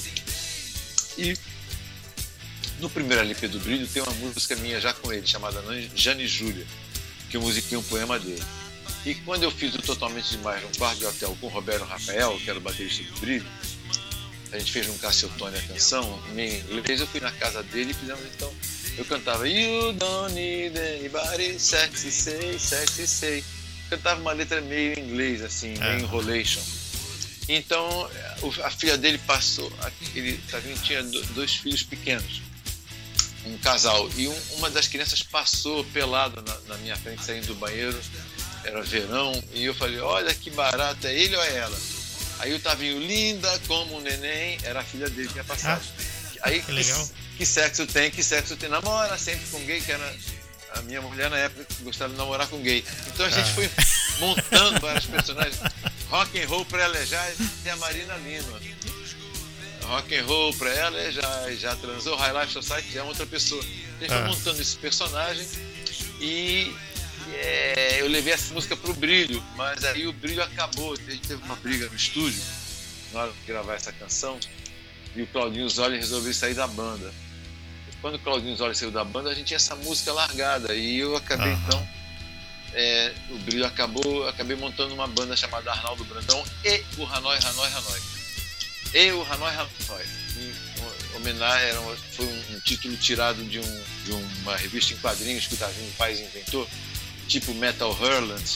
E no primeiro LP do Brilho tem uma música minha já com ele, chamada Jane e Júlia, que eu musiquei um poema dele. E quando eu fiz o Totalmente Demais num quarto de hotel com o Roberto Rafael, que era o baterista do Brilho, a gente fez um Cassiotone a canção, em inglês. Eu fui na casa dele e fizemos, então, eu cantava You don't need anybody, sexy say. Cantava uma letra meio em inglês, assim, meio enrolation. Então, a filha dele passou, ele tinha dois filhos pequenos, um casal, e uma das crianças passou pelado na minha frente, saindo do banheiro, era verão, e eu falei, olha que barato, é ele ou é ela? Aí o Tavinho, linda como um neném, era a filha dele que tinha passado. Aí, que sexo tem, namora sempre com gay, que era a minha mulher na época que gostava de namorar com gay. Então a gente foi montando vários personagens. Rock and roll pra ela é a Marina Lima. Rock and roll pra ela já transou, High Life Society já é outra pessoa. A gente foi montando esse personagem e eu levei essa música pro Brilho, mas aí o Brilho acabou. A gente teve uma briga no estúdio na hora de gravar essa canção e o Claudinho Zoli resolveu sair da banda. Quando o Claudinho Zoli saiu da banda, a gente tinha essa música largada e eu acabei então, o Brilho acabou, acabei montando uma banda chamada Arnaldo Brandão e o Hanoi. E o Hanoi. Em homenagem, foi um título tirado de uma revista em quadrinhos que o Tavinho Paz inventou, tipo Metal Hurlant,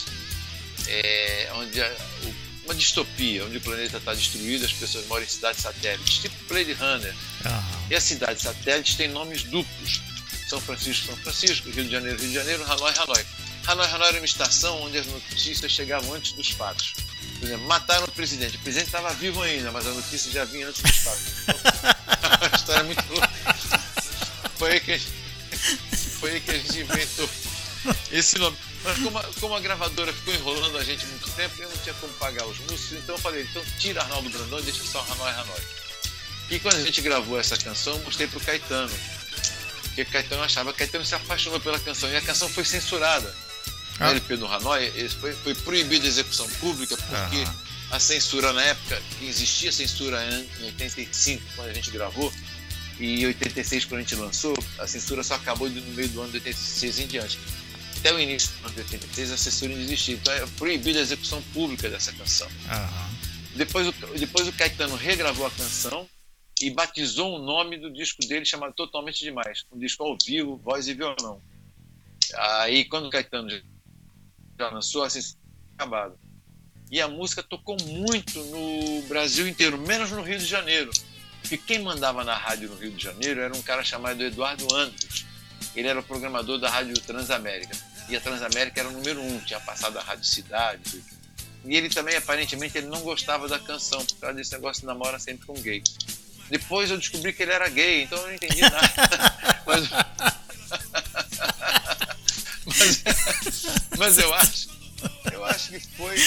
onde uma distopia, onde o planeta está destruído, as pessoas moram em cidades satélites, tipo Blade Runner. E as cidades satélites têm nomes duplos. São Francisco, Rio de Janeiro, Hanoi. Hanoi era uma estação onde as notícias chegavam antes dos fatos. Por exemplo, mataram o presidente estava vivo ainda, mas a notícia já vinha antes dos fatos. Então, a história é muito louca. Foi aí que a gente inventou esse nome. Mas como a gravadora ficou enrolando a gente muito tempo, eu não tinha como pagar os músicos, então eu falei, então tira Arnaldo Brandão e deixa só Hanoi. E quando a gente gravou essa canção, eu mostrei pro Caetano, porque Caetano se apaixonou pela canção, e a canção foi censurada. no LP do Hanoi, foi proibida a execução pública porque a censura na época, que existia censura em 85, quando a gente gravou, e em 86, quando a gente lançou, a censura só acabou no meio do ano de 86 em diante. Até o início do ano de 86, a censura não existia. Então é proibida a execução pública dessa canção. Depois o Caetano regravou a canção e batizou o nome do disco dele, chamado Totalmente Demais. Um disco ao vivo, voz e violão. Aí, quando o Caetano já lançou, a censura tinha acabado. E a música tocou muito no Brasil inteiro, menos no Rio de Janeiro. Porque quem mandava na rádio no Rio de Janeiro era um cara chamado Eduardo Andros. Ele era o programador da Rádio Transamérica. E a Transamérica era o número 1, tinha passado a Rádio Cidade. E ele também, aparentemente, ele não gostava da canção, por causa desse negócio de namora sempre com gay. Depois eu descobri que ele era gay, então eu não entendi nada. Mas eu acho que foi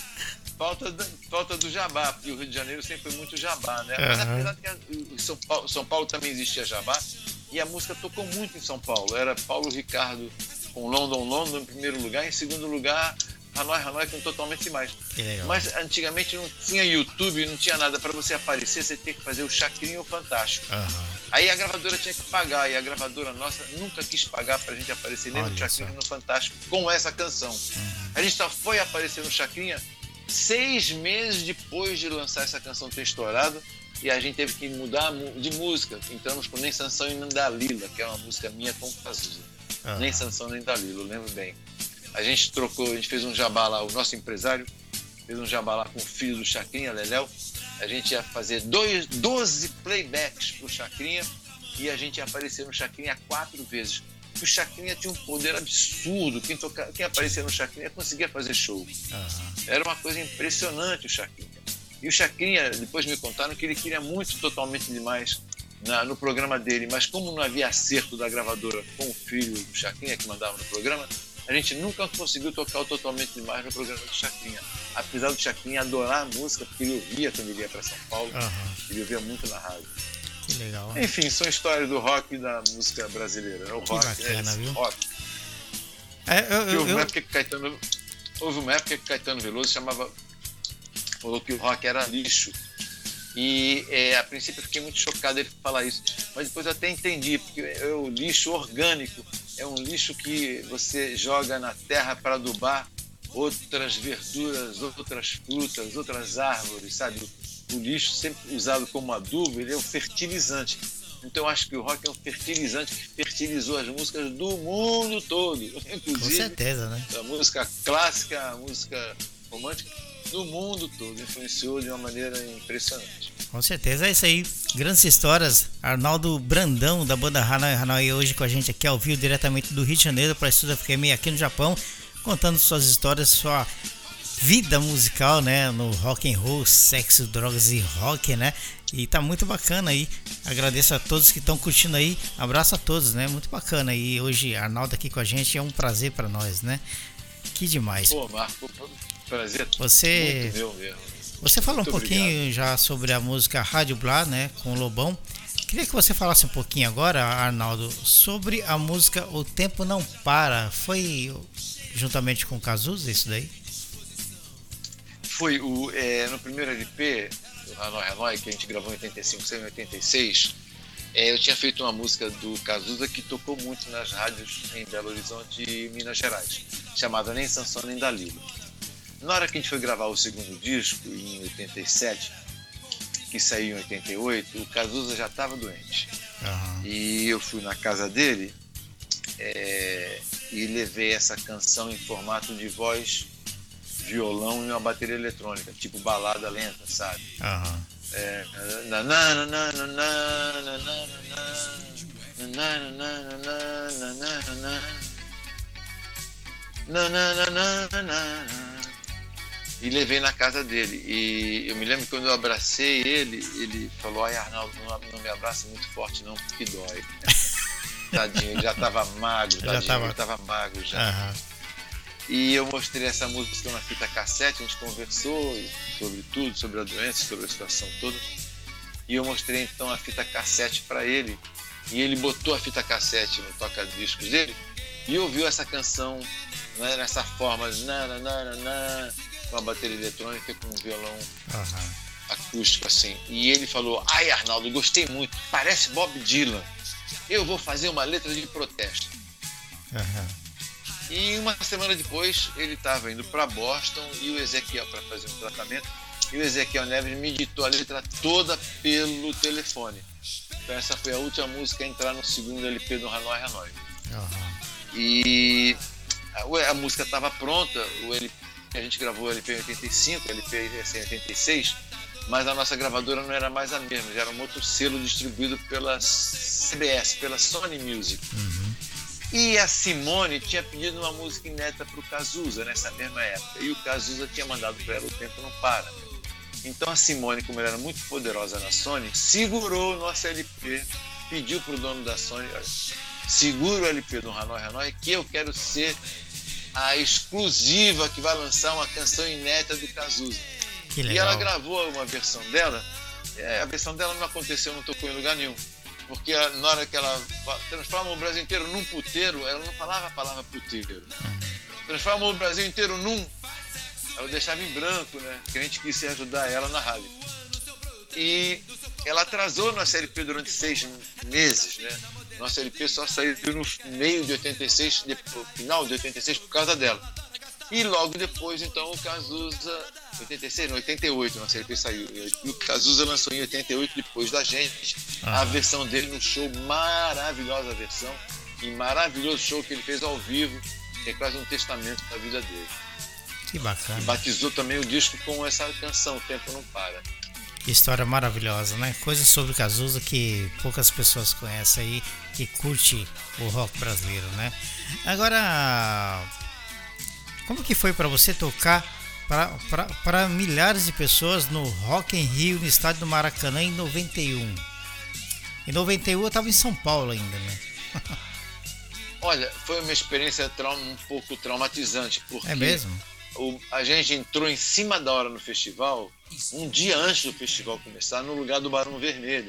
falta do jabá, porque o Rio de Janeiro sempre foi muito jabá, né? Mas apesar de que São Paulo também existia jabá, e a música tocou muito em São Paulo. Era Paulo Ricardo com London em primeiro lugar, em segundo lugar Hanoi com Totalmente Demais. Mas antigamente não tinha YouTube, não tinha nada. Para você aparecer, você tinha que fazer o Chacrinha ou Fantástico. Aí a gravadora tinha que pagar, e a gravadora nossa nunca quis pagar pra gente aparecer nem no Chacrinha nem no Fantástico com essa canção. A gente só foi aparecer no Chacrinha 6 meses depois de lançar essa canção ter estourado, e a gente teve que mudar de música. Entramos com Nem Sansão e Nem Dalila, que é uma música minha com Cazuza. Nem Sansão nem Dalila, eu lembro bem. A gente trocou, a gente fez um jabá lá, o nosso empresário fez um jabá lá com o filho do Chacrinha, Leléo. A gente ia fazer 12 playbacks pro Chacrinha, e a gente ia aparecer no Chacrinha 4 vezes. O Chacrinha tinha um poder absurdo. Quem aparecia no Chacrinha conseguia fazer show. Era uma coisa impressionante o Chacrinha. E o Chacrinha, depois me contaram que ele queria muito Totalmente Demais no programa dele, mas como não havia acerto da gravadora com o filho do Chacrinha que mandava no programa, a gente nunca conseguiu tocar o Totalmente Demais no programa do Chacrinha. Apesar do Chacrinha adorar a música, porque ele ouvia quando ele ia para São Paulo, ele ouvia muito na rádio. Que legal. Enfim, são histórias do rock e da música brasileira. O rock, bacana, viu? Rock. Houve uma época que Caetano Veloso falou que o rock era lixo. E a princípio eu fiquei muito chocado ele falar isso. Mas depois eu até entendi, porque é o lixo orgânico. É um lixo que você joga na terra para adubar outras verduras, outras frutas, outras árvores, sabe? O lixo, sempre usado como adubo, ele é um fertilizante. Então eu acho que o rock é um fertilizante que fertilizou as músicas do mundo todo. Inclusive, com certeza, né? A música clássica, a música romântica, do mundo todo. Influenciou de uma maneira impressionante. Com certeza, é isso aí. Grandes histórias. Arnaldo Brandão, da banda Hanoi, hoje com a gente aqui ao vivo, diretamente do Rio de Janeiro para a Estúdio FM aqui no Japão, contando suas histórias, sua vida musical, né, no rock and roll, sexo, drogas e rock, né? E tá muito bacana aí. Agradeço a todos que estão curtindo aí. Abraço a todos, né? Muito bacana. E hoje Arnaldo aqui com a gente é um prazer para nós, né? Que demais. Pô, Marco, prazer. Você, muito meu mesmo. Você falou muito um pouquinho obrigado. Já sobre a música Rádio Blá, né, com o Lobão. Queria que você falasse um pouquinho agora, Arnaldo, sobre a música O Tempo Não Para. Foi juntamente com o Cazuza isso daí? Foi no primeiro LP do Hanoi, que a gente gravou em 85, saiu em 86. Eu tinha feito uma música do Cazuza que tocou muito nas rádios em Belo Horizonte e Minas Gerais, chamada Nem Sansão Nem Dalila. Na hora que a gente foi gravar o segundo disco, em 87, que saiu em 88, o Cazuza já estava doente. E eu fui na casa dele e levei essa canção em formato de voz, violão e uma bateria eletrônica, tipo balada lenta, sabe? E levei na casa dele. E eu me lembro que quando eu abracei ele falou: ai, Arnaldo, não me abraça muito forte não, porque dói. Tadinho, ele já estava magro, ele estava magro já. E eu mostrei essa música na fita cassete, a gente conversou sobre tudo, sobre a doença, sobre a situação toda. E eu mostrei então a fita cassete para ele. E ele botou a fita cassete no toca-discos dele e ouviu essa canção né, nessa forma, com a bateria eletrônica com um violão acústico assim. E ele falou: ai, Arnaldo, gostei muito, parece Bob Dylan, eu vou fazer uma letra de protesto. E uma semana depois ele estava indo para Boston e o Ezequiel para fazer um tratamento, e o Ezequiel Neves me ditou a letra toda pelo telefone. Então essa foi a última música a entrar no segundo LP do Hanoi Hanoi. E a música estava pronta, a gente gravou o LP em 85, o LP em 86, mas a nossa gravadora não era mais a mesma, já era um outro selo distribuído pela CBS, pela Sony Music. E a Simone tinha pedido uma música inédita para o Cazuza nessa mesma época, e o Cazuza tinha mandado para ela O Tempo Não Para. Então a Simone, como ela era muito poderosa na Sony, segurou o nosso LP, pediu para o dono da Sony: segura o LP do Hanoi Hanoi, que eu quero ser a exclusiva que vai lançar uma canção inédita do Cazuza. E ela gravou uma versão dela. A versão dela não aconteceu, não tocou em lugar nenhum, porque na hora que ela transforma o Brasil inteiro num puteiro, ela não falava a palavra puteiro. Transforma o Brasil inteiro num, ela deixava em branco, né? Que a gente quis ajudar ela na rádio. E ela atrasou nosso LP durante 6 meses, né? Nosso LP só saiu no meio de 86, final de 86, por causa dela. E logo depois, então, o Cazuza, 86, não, 88, nosso LP saiu. E o Cazuza lançou em 88, depois da gente, a versão dele no show, maravilhosa versão, e maravilhoso show que ele fez ao vivo, que é quase um testamento da vida dele. Que bacana. E batizou também o disco com essa canção, O Tempo Não Para. Que história maravilhosa, né? Coisas sobre Cazuza que poucas pessoas conhecem aí, que curte o rock brasileiro, né? Agora, como que foi para você tocar para milhares de pessoas no Rock in Rio, no estádio do Maracanã, em 91? Em 91 eu estava em São Paulo ainda, né? Olha, foi uma experiência um pouco traumatizante, porque... É mesmo? A gente entrou em cima da hora no festival, um dia antes do festival começar, no lugar do Barão Vermelho,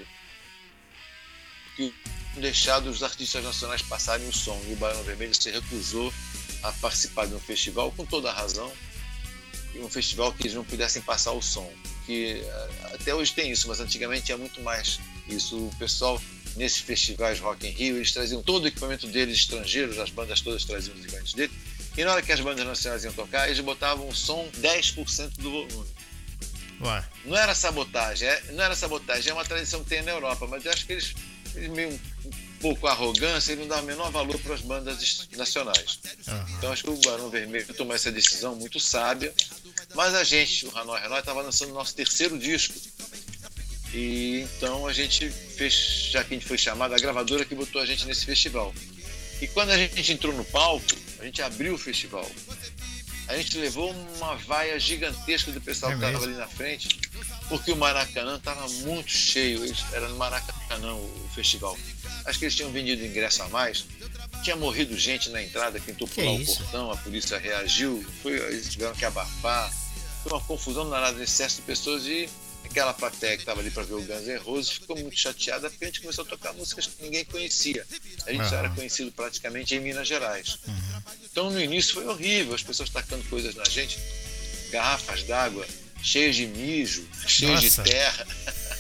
que deixado os artistas nacionais passarem o som, e o Barão Vermelho se recusou a participar de um festival, com toda a razão, e um festival que eles não pudessem passar o som, que até hoje tem isso, mas antigamente tinha muito mais isso. O pessoal, nesses festivais Rock in Rio, eles traziam todo o equipamento deles estrangeiros, as bandas todas traziam os equipamentos deles, e na hora que as bandas nacionais iam tocar, eles botavam o som 10% do volume. Ué. Não era sabotagem, é uma tradição que tem na Europa, mas eu acho que eles meio um pouco arrogância, eles não davam o menor valor para as bandas nacionais. Então acho que o Barão Vermelho tomou essa decisão muito sábia, mas a gente, o Hanoi Hanoi, estava lançando o nosso 3º disco, e então a gente fez, já que a gente foi chamado, a gravadora que botou a gente nesse festival. E quando a gente entrou no palco, a gente abriu o festival, a gente levou uma vaia gigantesca do pessoal que estava ali na frente, porque o Maracanã estava muito cheio. Era no Maracanã o festival. Acho que eles tinham vendido ingresso a mais. Tinha morrido gente na entrada, tentou pular o portão, a polícia reagiu, eles tiveram que abafar. Foi uma confusão danada, excesso de pessoas, e aquela plateia que estava ali para ver o Guns N' Roses ficou muito chateada porque a gente começou a tocar músicas que ninguém conhecia. A gente já era conhecido praticamente em Minas Gerais. Então no início foi horrível, as pessoas tacando coisas na gente, garrafas d'água cheias de mijo, cheias de terra.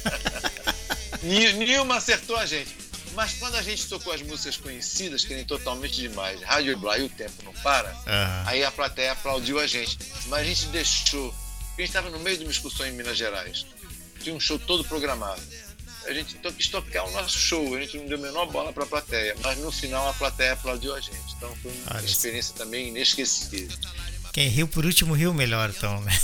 Nenhuma acertou a gente. Mas quando a gente tocou as músicas conhecidas, que nem Totalmente Demais, Rádio Blá e O Tempo Não Para, aí a plateia aplaudiu a gente. Mas a gente deixou, porque a gente estava no meio de uma excursão em Minas Gerais, tinha um show todo programado. A gente então quis tocar o nosso show, a gente não deu a menor bola para a plateia, mas no final a plateia aplaudiu a gente. Então foi uma experiência também inesquecível. Quem riu por último riu melhor, então, né?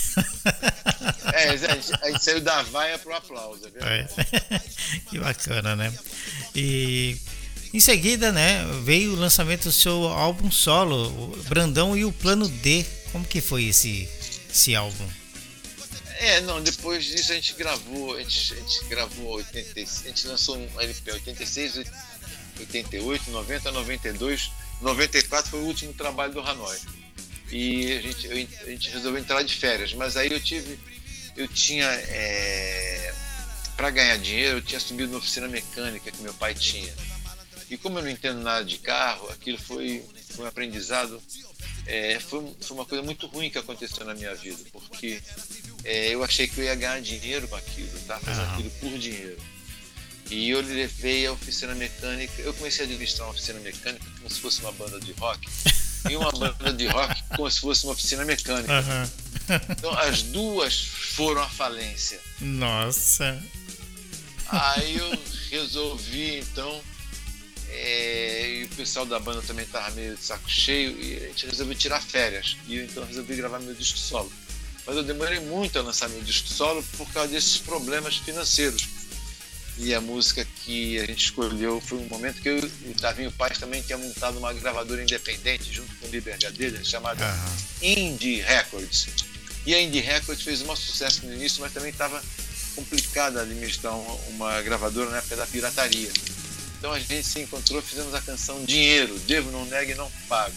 A gente saiu da vaia pro aplauso, viu? Que bacana, né? E em seguida, né, veio o lançamento do seu álbum solo, o Brandão e o Plano D. Como que foi esse álbum? Depois disso a gente gravou, a gente lançou um LP 86, 88, 90, 92, 94 foi o último trabalho do Hanoi. E a gente resolveu entrar de férias, mas aí eu tinha para ganhar dinheiro, eu tinha subido na oficina mecânica que meu pai tinha. E como eu não entendo nada de carro, aquilo foi um aprendizado foi uma coisa muito ruim que aconteceu na minha vida, porque eu achei que eu ia ganhar dinheiro com aquilo, tá? Fazendo aquilo por dinheiro. E eu levei a oficina mecânica, eu comecei a administrar uma oficina mecânica como se fosse uma banda de rock, e uma banda de rock como se fosse uma oficina mecânica. Então as duas foram à falência. Nossa! Aí eu resolvi, então, e o pessoal da banda também estava meio de saco cheio, e a gente resolveu tirar férias. E eu então resolvi gravar meu disco solo. Mas eu demorei muito a lançar meu disco solo por causa desses problemas financeiros. E a música que a gente escolheu foi um momento que o Tavinho Paz também tinha montado uma gravadora independente junto com o Liber Gadelha, chamada Indie Records. E a Indie Records fez um maior sucesso no início, mas também estava complicada administrar uma gravadora na época da pirataria. Então a gente se encontrou, fizemos a canção Dinheiro, Devo, Não Negue, Não Pago.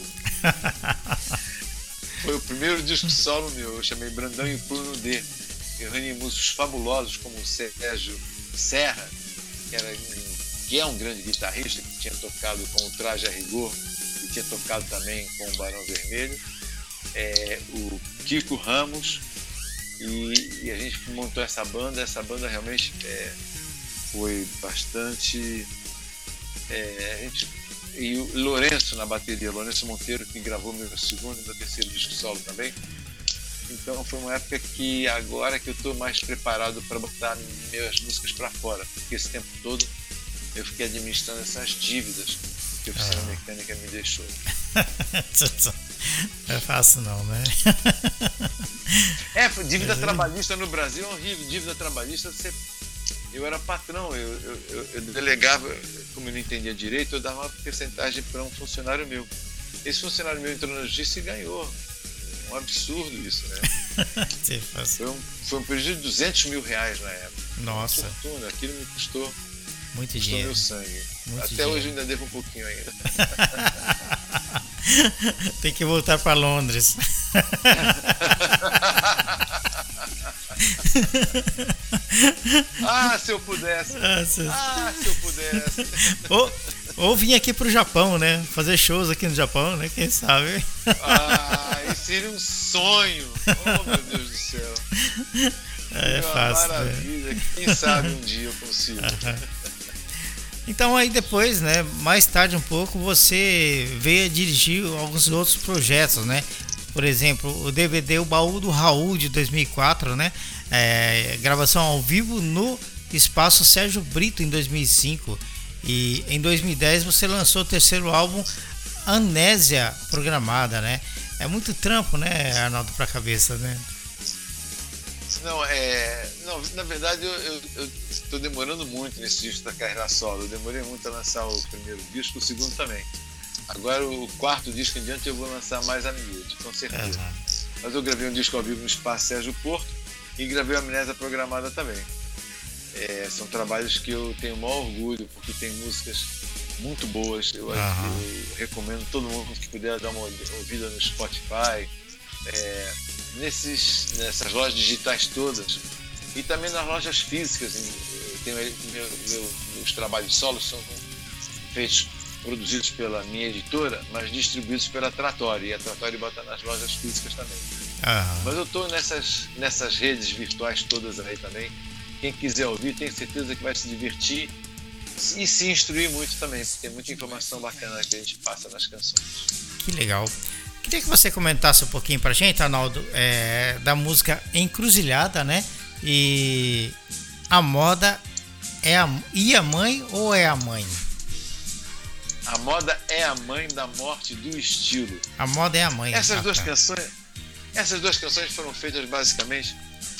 Foi o primeiro disco solo meu, eu chamei Brandão e o Plano D. Eu reuni músicos fabulosos como o Sérgio Serra, que é um grande guitarrista, que tinha tocado com o Traje a Rigor e tinha tocado também com o Barão Vermelho, o Kiko Ramos, e a gente montou essa banda realmente foi bastante... e o Lourenço na bateria, Lourenço Monteiro, que gravou meu segundo e meu terceiro disco solo também. Então foi uma época que agora que eu estou mais preparado para botar minhas músicas para fora, porque esse tempo todo eu fiquei administrando essas dívidas que a oficina mecânica me deixou. Não é fácil não, né? Dívida trabalhista no Brasil é horrível. Dívida trabalhista, eu era patrão, eu delegava, como eu não entendia direito, eu dava uma percentagem para um funcionário meu. Esse funcionário meu entrou na justiça e ganhou. Um absurdo isso, né? Foi um prejuízo de R$200 mil na época. Nossa. Fortuna, aquilo me custou muito dinheiro. Meu sangue. Muito Até dinheiro. hoje eu ainda devo um pouquinho ainda. Tem que voltar para Londres. Se eu pudesse. Se eu pudesse. Ou vir aqui pro Japão, né? Fazer shows aqui no Japão, né? Quem sabe? Isso seria um sonho. Oh, meu Deus do céu. É fácil. Maravilha. Né? Quem sabe um dia eu consigo. Então aí depois, né? Mais tarde um pouco, você veio a dirigir alguns outros projetos, né? Por exemplo, o DVD O Baú do Raul de 2004, né? Gravação ao vivo no Espaço Sérgio Brito em 2005. E em 2010 você lançou o terceiro álbum, Amnésia Programada, né? É muito trampo, né, Arnaldo, pra cabeça, né? Não, na verdade eu estou demorando muito nesse disco da carreira solo. Eu demorei muito a lançar o primeiro disco, o segundo também. Agora o quarto disco em diante eu vou lançar mais a miúde, com certeza. Mas eu gravei um disco ao vivo no Espaço Sérgio Porto e gravei a Amnésia Programada também. São trabalhos que eu tenho o maior orgulho, porque tem músicas muito boas. Eu recomendo todo mundo que puder dar uma ouvida no Spotify, nessas lojas digitais todas, e também nas lojas físicas. Meus trabalhos solos são produzidos pela minha editora, mas distribuídos pela Trattori, e a Trattori bota nas lojas físicas também. Mas eu estou nessas redes virtuais todas aí também. Quem quiser ouvir, tenho certeza que vai se divertir e se instruir muito também, porque tem muita informação bacana que a gente passa nas canções. Que legal. Queria que você comentasse um pouquinho pra gente, Arnaldo, da música Encruzilhada, né? E a moda e a mãe ou é a mãe? A moda é a mãe da morte do estilo. A moda é a mãe. Essas duas canções foram feitas basicamente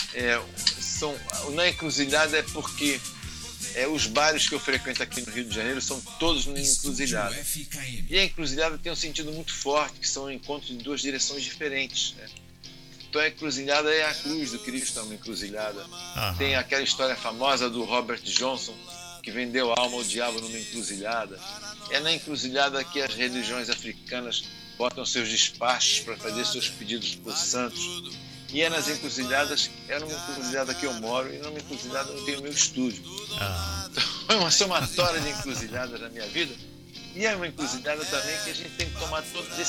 na Encruzilhada, é porque os bares que eu frequento aqui no Rio de Janeiro são todos na Encruzilhada. E a Encruzilhada tem um sentido muito forte, que são encontros de duas direções diferentes, né? Então a Encruzilhada é a cruz do Cristo, é uma encruzilhada. Tem aquela história famosa do Robert Johnson, que vendeu a alma ao diabo numa encruzilhada. É na encruzilhada que as religiões africanas botam seus despachos para fazer seus pedidos por santos. E é nas encruzilhadas, numa encruzilhada que eu moro, e numa encruzilhada eu tenho meu estúdio. Então é uma somatória de encruzilhadas na minha vida. E é uma encruzilhada também que a gente tem que tomar todas as decisões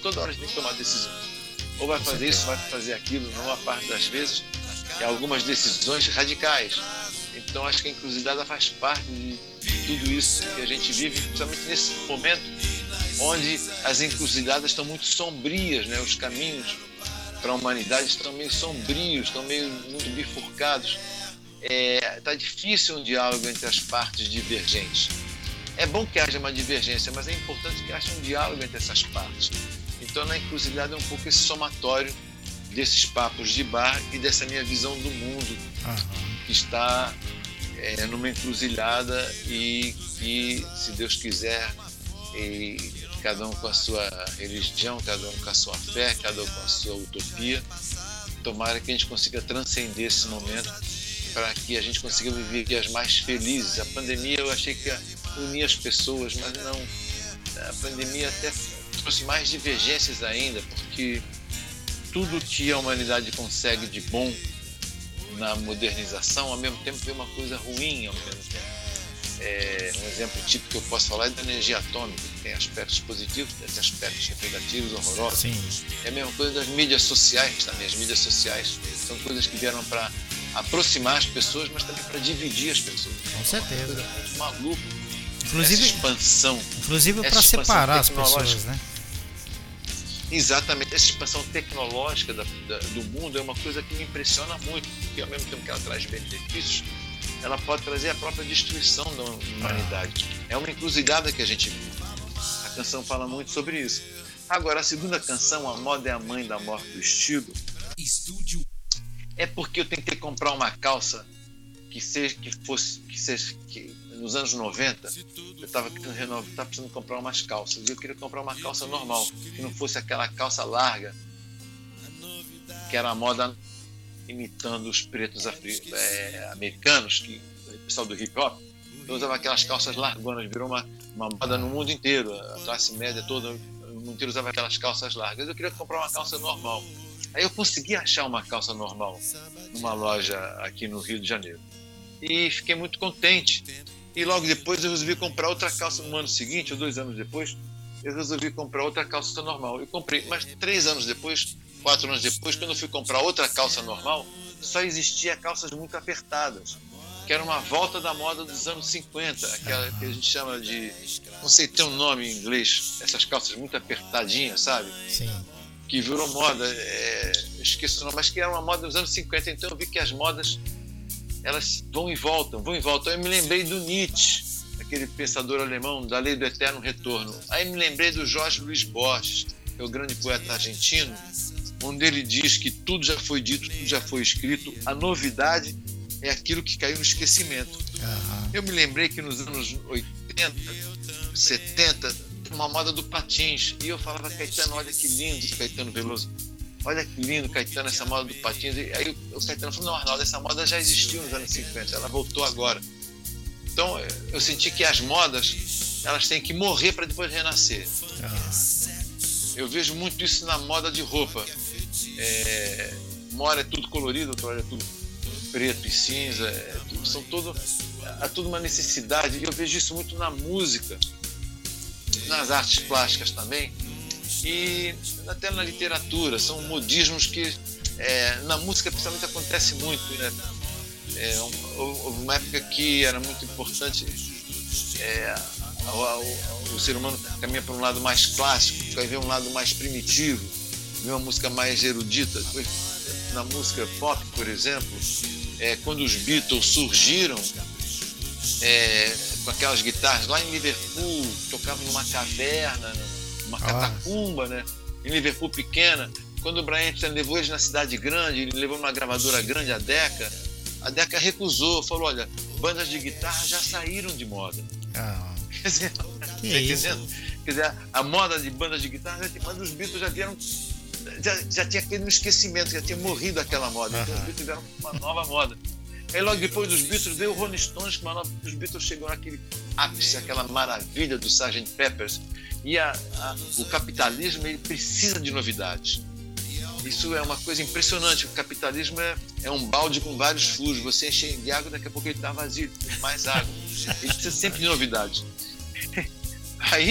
toda hora a gente tem que tomar decisão. Ou vai fazer isso, vai fazer aquilo, numa parte das vezes, e algumas decisões radicais. Então acho que a encruzilhada faz parte de tudo isso que a gente vive, principalmente nesse momento onde as encruzilhadas estão muito sombrias, né? Os caminhos para a humanidade estão meio sombrios, estão meio muito bifurcados. Está difícil um diálogo entre as partes divergentes. É bom que haja uma divergência, mas é importante que haja um diálogo entre essas partes. Então, na encruzilhada é um pouco esse somatório desses papos de bar e dessa minha visão do mundo, que está numa encruzilhada e que, se Deus quiser, cada um com a sua religião, cada um com a sua fé, cada um com a sua utopia, tomara que a gente consiga transcender esse momento para que a gente consiga viver dias mais felizes. A pandemia eu achei que ia unir as pessoas, mas não. A pandemia até trouxe mais divergências ainda, porque tudo que a humanidade consegue de bom na modernização, ao mesmo tempo vê uma coisa ruim ao mesmo tempo. Um exemplo típico que eu posso falar é da energia atômica, que tem aspectos positivos, tem aspectos negativos, horrorosos. Sim. É a mesma coisa das mídias sociais também. As mídias sociais são coisas que vieram para aproximar as pessoas, mas também para dividir as pessoas. Com certeza. É uma coisa muito maluca. Inclusive, essa expansão. Inclusive para separar as pessoas, né? Exatamente. Essa expansão tecnológica do mundo é uma coisa que me impressiona muito, porque ao mesmo tempo que ela traz benefícios, ela pode trazer a própria destruição da humanidade. É uma encruzilhada que a gente vive. A canção fala muito sobre isso. Agora, a segunda canção, A Moda é a Mãe da Morte do Estilo, é porque eu tentei comprar uma calça que nos anos 90, eu estava precisando comprar umas calças, e eu queria comprar uma calça normal, que não fosse aquela calça larga, que era a moda imitando os pretos americanos, que o pessoal do hip hop, eu usava aquelas calças largonas, virou uma moda no mundo inteiro, a classe média toda, o mundo inteiro usava aquelas calças largas. Eu queria comprar uma calça normal. Aí eu consegui achar uma calça normal numa loja aqui no Rio de Janeiro. E fiquei muito contente. E logo depois eu resolvi comprar outra calça no ano seguinte, ou 2 anos depois, eu resolvi comprar outra calça normal. Eu comprei, mas 3 anos depois, 4 anos depois, quando eu fui comprar outra calça normal, só existia calças muito apertadas, que era uma volta da moda dos anos 50, aquela que a gente chama de, não sei, tem um nome em inglês, essas calças muito apertadinhas, sabe? Sim. Que virou moda, esqueço o nome, mas que era uma moda dos anos 50, então eu vi que as modas, elas vão e voltam. Eu me lembrei do Nietzsche, aquele pensador alemão, da lei do eterno retorno. Aí me lembrei do Jorge Luiz Borges, que é o grande poeta argentino, onde ele diz que tudo já foi dito, tudo já foi escrito, a novidade é aquilo que caiu no esquecimento. Eu me lembrei que nos anos 80, 70, uma moda do patins, e eu falava, Caetano, olha que lindo, Caetano Veloso, olha que lindo, Caetano, essa moda do patins. E aí o Caetano falou, não, Arnaldo, essa moda já existiu nos anos 50, ela voltou agora. Então eu senti que as modas, elas têm que morrer para depois renascer. Eu vejo muito isso na moda de roupa. Uma hora é tudo colorido, outra hora é tudo preto e cinza, há tudo uma necessidade. E eu vejo isso muito na música, nas artes plásticas também, e até na literatura. São modismos que na música principalmente acontece muito, né? Houve uma época que era muito importante, o ser humano caminha para um lado mais clássico, aí vem um lado mais primitivo, vem uma música mais erudita. Depois, na música pop, por exemplo, quando os Beatles surgiram com aquelas guitarras lá em Liverpool, tocavam numa caverna, numa catacumba, né? Em Liverpool pequena. Quando o Brian Epstein levou eles na cidade grande, ele levou numa gravadora grande, a Decca recusou, falou, olha, bandas de guitarra já saíram de moda. Quer dizer, Quer dizer, a moda de bandas de guitarra, mas os Beatles já vieram, já tinha caído no esquecimento, já tinha morrido aquela moda. Então os Beatles vieram com uma nova moda. Aí logo depois dos Beatles veio o Rolling Stones, os Beatles chegou naquele ápice, aquela maravilha do Sgt. Peppers. E o capitalismo, ele precisa de novidades. Isso é uma coisa impressionante. O capitalismo é um balde com vários furos. Você enche de água, daqui a pouco ele está vazio, tem mais água. Ele precisa sempre de novidades. Aí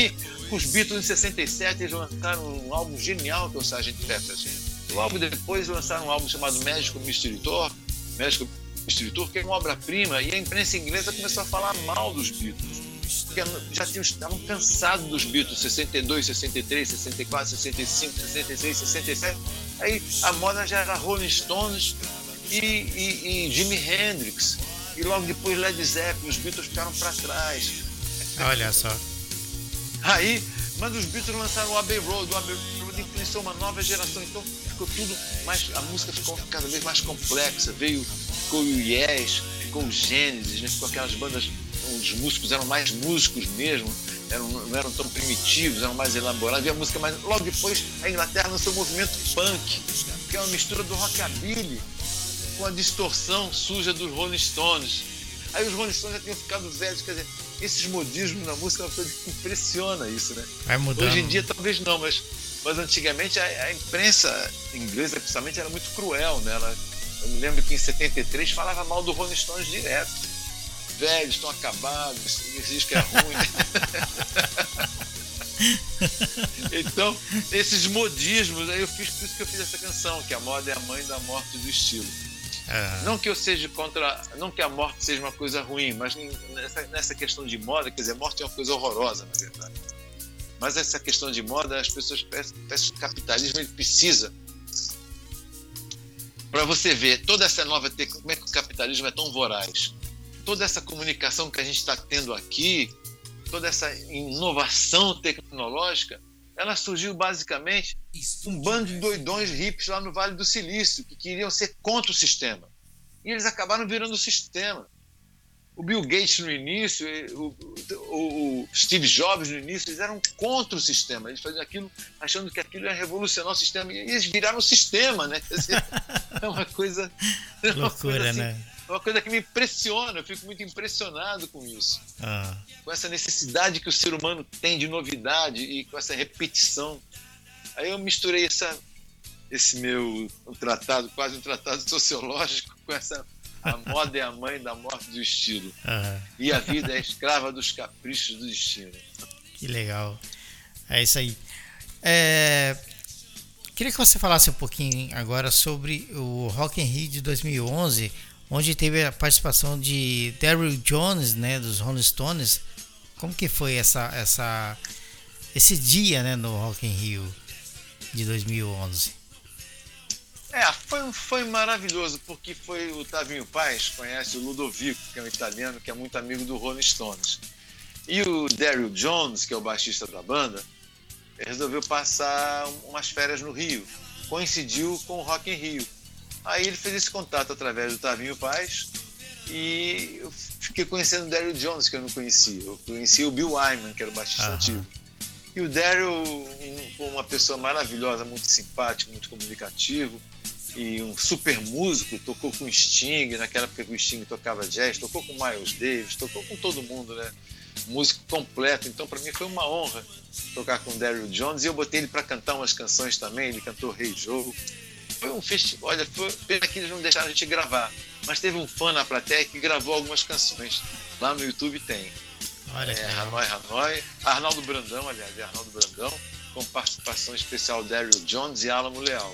com os Beatles em 67, eles lançaram um álbum genial que é o Sgt. Pepper's. Logo depois lançaram um álbum chamado Magical Mystery Tour, que é uma obra-prima, e a imprensa inglesa começou a falar mal dos Beatles. Porque estavam cansados dos Beatles, 62, 63, 64, 65, 66, 67. Aí a moda já era Rolling Stones e Jimi Hendrix. E logo depois Led Zeppelin, os Beatles ficaram para trás. Olha só. Aí, mas os Beatles lançaram o Abbey Road. O Abbey Road influenciou uma nova geração. Então ficou tudo mais. A música ficou cada vez mais complexa. Ficou o Yes, ficou o Genesis, né? Ficou aquelas bandas. Os músicos eram mais músicos mesmo, não eram tão primitivos, eram mais elaborados. E a música mais. Logo depois, a Inglaterra lançou o movimento punk, que é uma mistura do rockabilly com a distorção suja dos Rolling Stones. Aí os Rolling Stones já tinham ficado velhos, quer dizer, esses modismos na música é uma coisa que impressiona isso, né? Vai mudando. Hoje em dia talvez não, mas antigamente a imprensa inglesa, principalmente, era muito cruel, né? Eu me lembro que em 73 falava mal do Rolling Stones direto. Velhos, estão acabados, esse disco é ruim. Então, esses modismos, aí por isso que eu fiz essa canção, que a moda é a mãe da morte do estilo. Não que eu seja contra, não que a morte seja uma coisa ruim, mas nessa questão de moda, quer dizer, a morte é uma coisa horrorosa, na verdade. Mas essa questão de moda, as pessoas pensam que o capitalismo ele precisa. Para você ver, toda essa nova como é que o capitalismo é tão voraz. Toda essa comunicação que a gente está tendo aqui, toda essa inovação tecnológica, ela surgiu basicamente um bando de doidões hippies lá no Vale do Silício, que queriam ser contra o sistema. E eles acabaram virando o sistema. O Bill Gates no início, o Steve Jobs no início, eles eram contra o sistema. Eles faziam aquilo achando que aquilo ia revolucionar o sistema. E eles viraram o sistema, né? Quer dizer, é uma coisa... Loucura, assim, né? É uma coisa que me impressiona, eu fico muito impressionado com isso. Com essa necessidade que o ser humano tem de novidade e com essa repetição. Aí eu misturei esse meu tratado, quase um tratado sociológico, com essa... A moda é a mãe da morte do estilo. E a vida é escrava dos caprichos do destino. Que legal. É isso aí. Queria que você falasse um pouquinho agora sobre o Rock in Rio de 2011, onde teve a participação de Daryl Jones, né, dos Rolling Stones. Como que foi esse dia, né, no Rock in Rio de 2011? Foi maravilhoso, porque foi o Tavinho Paz, conhece o Ludovico, que é um italiano, que é muito amigo do Rolling Stones. E o Daryl Jones, que é o baixista da banda, resolveu passar umas férias no Rio. Coincidiu com o Rock in Rio. Aí ele fez esse contato através do Tavinho Paz e eu fiquei conhecendo o Daryl Jones, que eu não conhecia. Eu conhecia o Bill Wyman, que era o baixista antigo. E o Daryl, uma pessoa maravilhosa, muito simpático, muito comunicativo e um super músico, tocou com o Sting, naquela época que o Sting tocava jazz, tocou com o Miles Davis, tocou com todo mundo, né? Músico completo. Então para mim foi uma honra tocar com o Daryl Jones e eu botei ele para cantar umas canções também. Ele cantou Hey Joe. Foi um festival, olha, foi pena que eles não deixaram a gente gravar, mas teve um fã na plateia que gravou algumas canções. Lá no YouTube tem. Olha, Hanoi, Arnaldo Brandão, com participação especial Daryl Jones e Alamo Leal.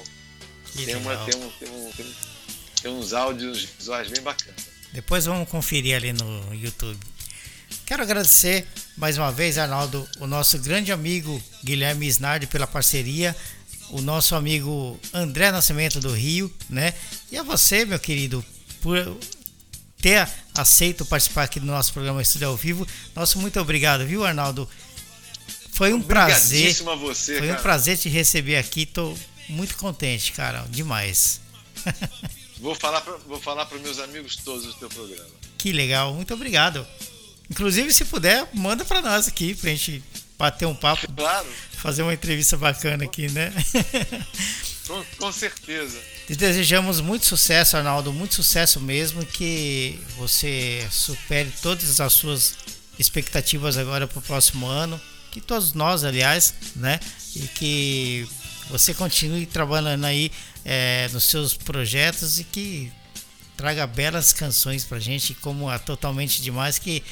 Tem uns áudios visuais bem bacanas. Depois vamos conferir ali no YouTube. Quero agradecer mais uma vez, Arnaldo, o nosso grande amigo Guilherme Snardi pela parceria, o nosso amigo André Nascimento do Rio, né? E a você, meu querido, por ter aceito participar aqui do nosso programa Estúdio ao Vivo. Nosso muito obrigado, viu, Arnaldo? Foi um prazer. A você, foi um prazer te receber aqui. Tô muito contente, cara, demais. Vou falar para meus amigos todos do teu programa. Que legal, muito obrigado. Inclusive, se puder, manda para nós aqui pra gente bater um papo. Claro. Fazer uma entrevista bacana aqui, né? Com certeza. Te desejamos muito sucesso, Arnaldo, muito sucesso mesmo, que você supere todas as suas expectativas agora para o próximo ano, que todos nós, aliás, né? E que você continue trabalhando aí nos seus projetos e que traga belas canções pra gente, como a Totalmente Demais, que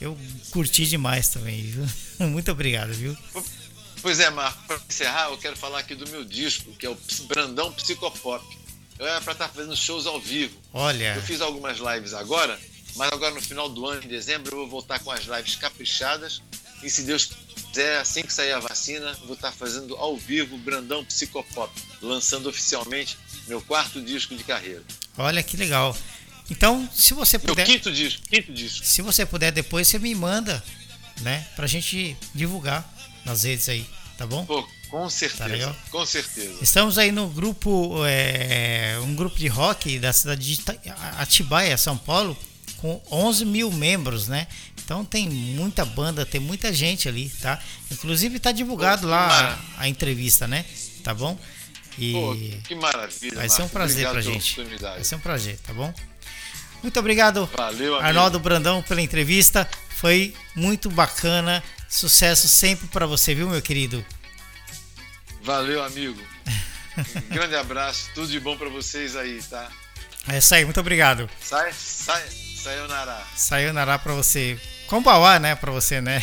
eu curti demais também, viu? Muito obrigado, viu? Pois é, Marco, para encerrar, eu quero falar aqui do meu disco, que é o Brandão Psicopop. Eu era para estar fazendo shows ao vivo. Olha. Eu fiz algumas lives agora, mas agora no final do ano, em dezembro, eu vou voltar com as lives caprichadas. E se Deus quiser, assim que sair a vacina, vou estar fazendo ao vivo Brandão Psicopop, lançando oficialmente meu 4º disco de carreira. Olha que legal. Então, se você puder... Meu quinto disco. Se você puder, depois você me manda, né? Pra gente divulgar nas redes aí, tá bom? Pô, com certeza, tá legal? Com certeza. Estamos aí no grupo, um grupo de rock da cidade de Atibaia, São Paulo, com 11 mil membros, né? Então tem muita banda, tem muita gente ali, tá? Inclusive tá divulgado lá a entrevista, né? Tá bom? E pô, que maravilha. Vai ser um prazer pra gente. Vai ser um prazer, tá bom? Muito obrigado, valeu, amigo. Arnaldo Brandão, pela entrevista. Foi muito bacana. Sucesso sempre pra você, viu, meu querido? Valeu, amigo. Um grande abraço. Tudo de bom pra vocês aí, tá? É isso aí, muito obrigado. Sayonara. Sayonara pra você. Konbanwa, né? Pra você, né?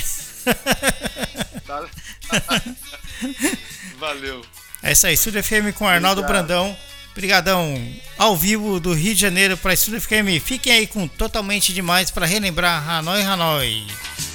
Valeu. É isso aí, Estúdio FM com Arnaldo Brandão. Obrigadão, ao vivo do Rio de Janeiro para Estúdio FM. Fiquem aí com Totalmente Demais para relembrar Hanoi Hanoi.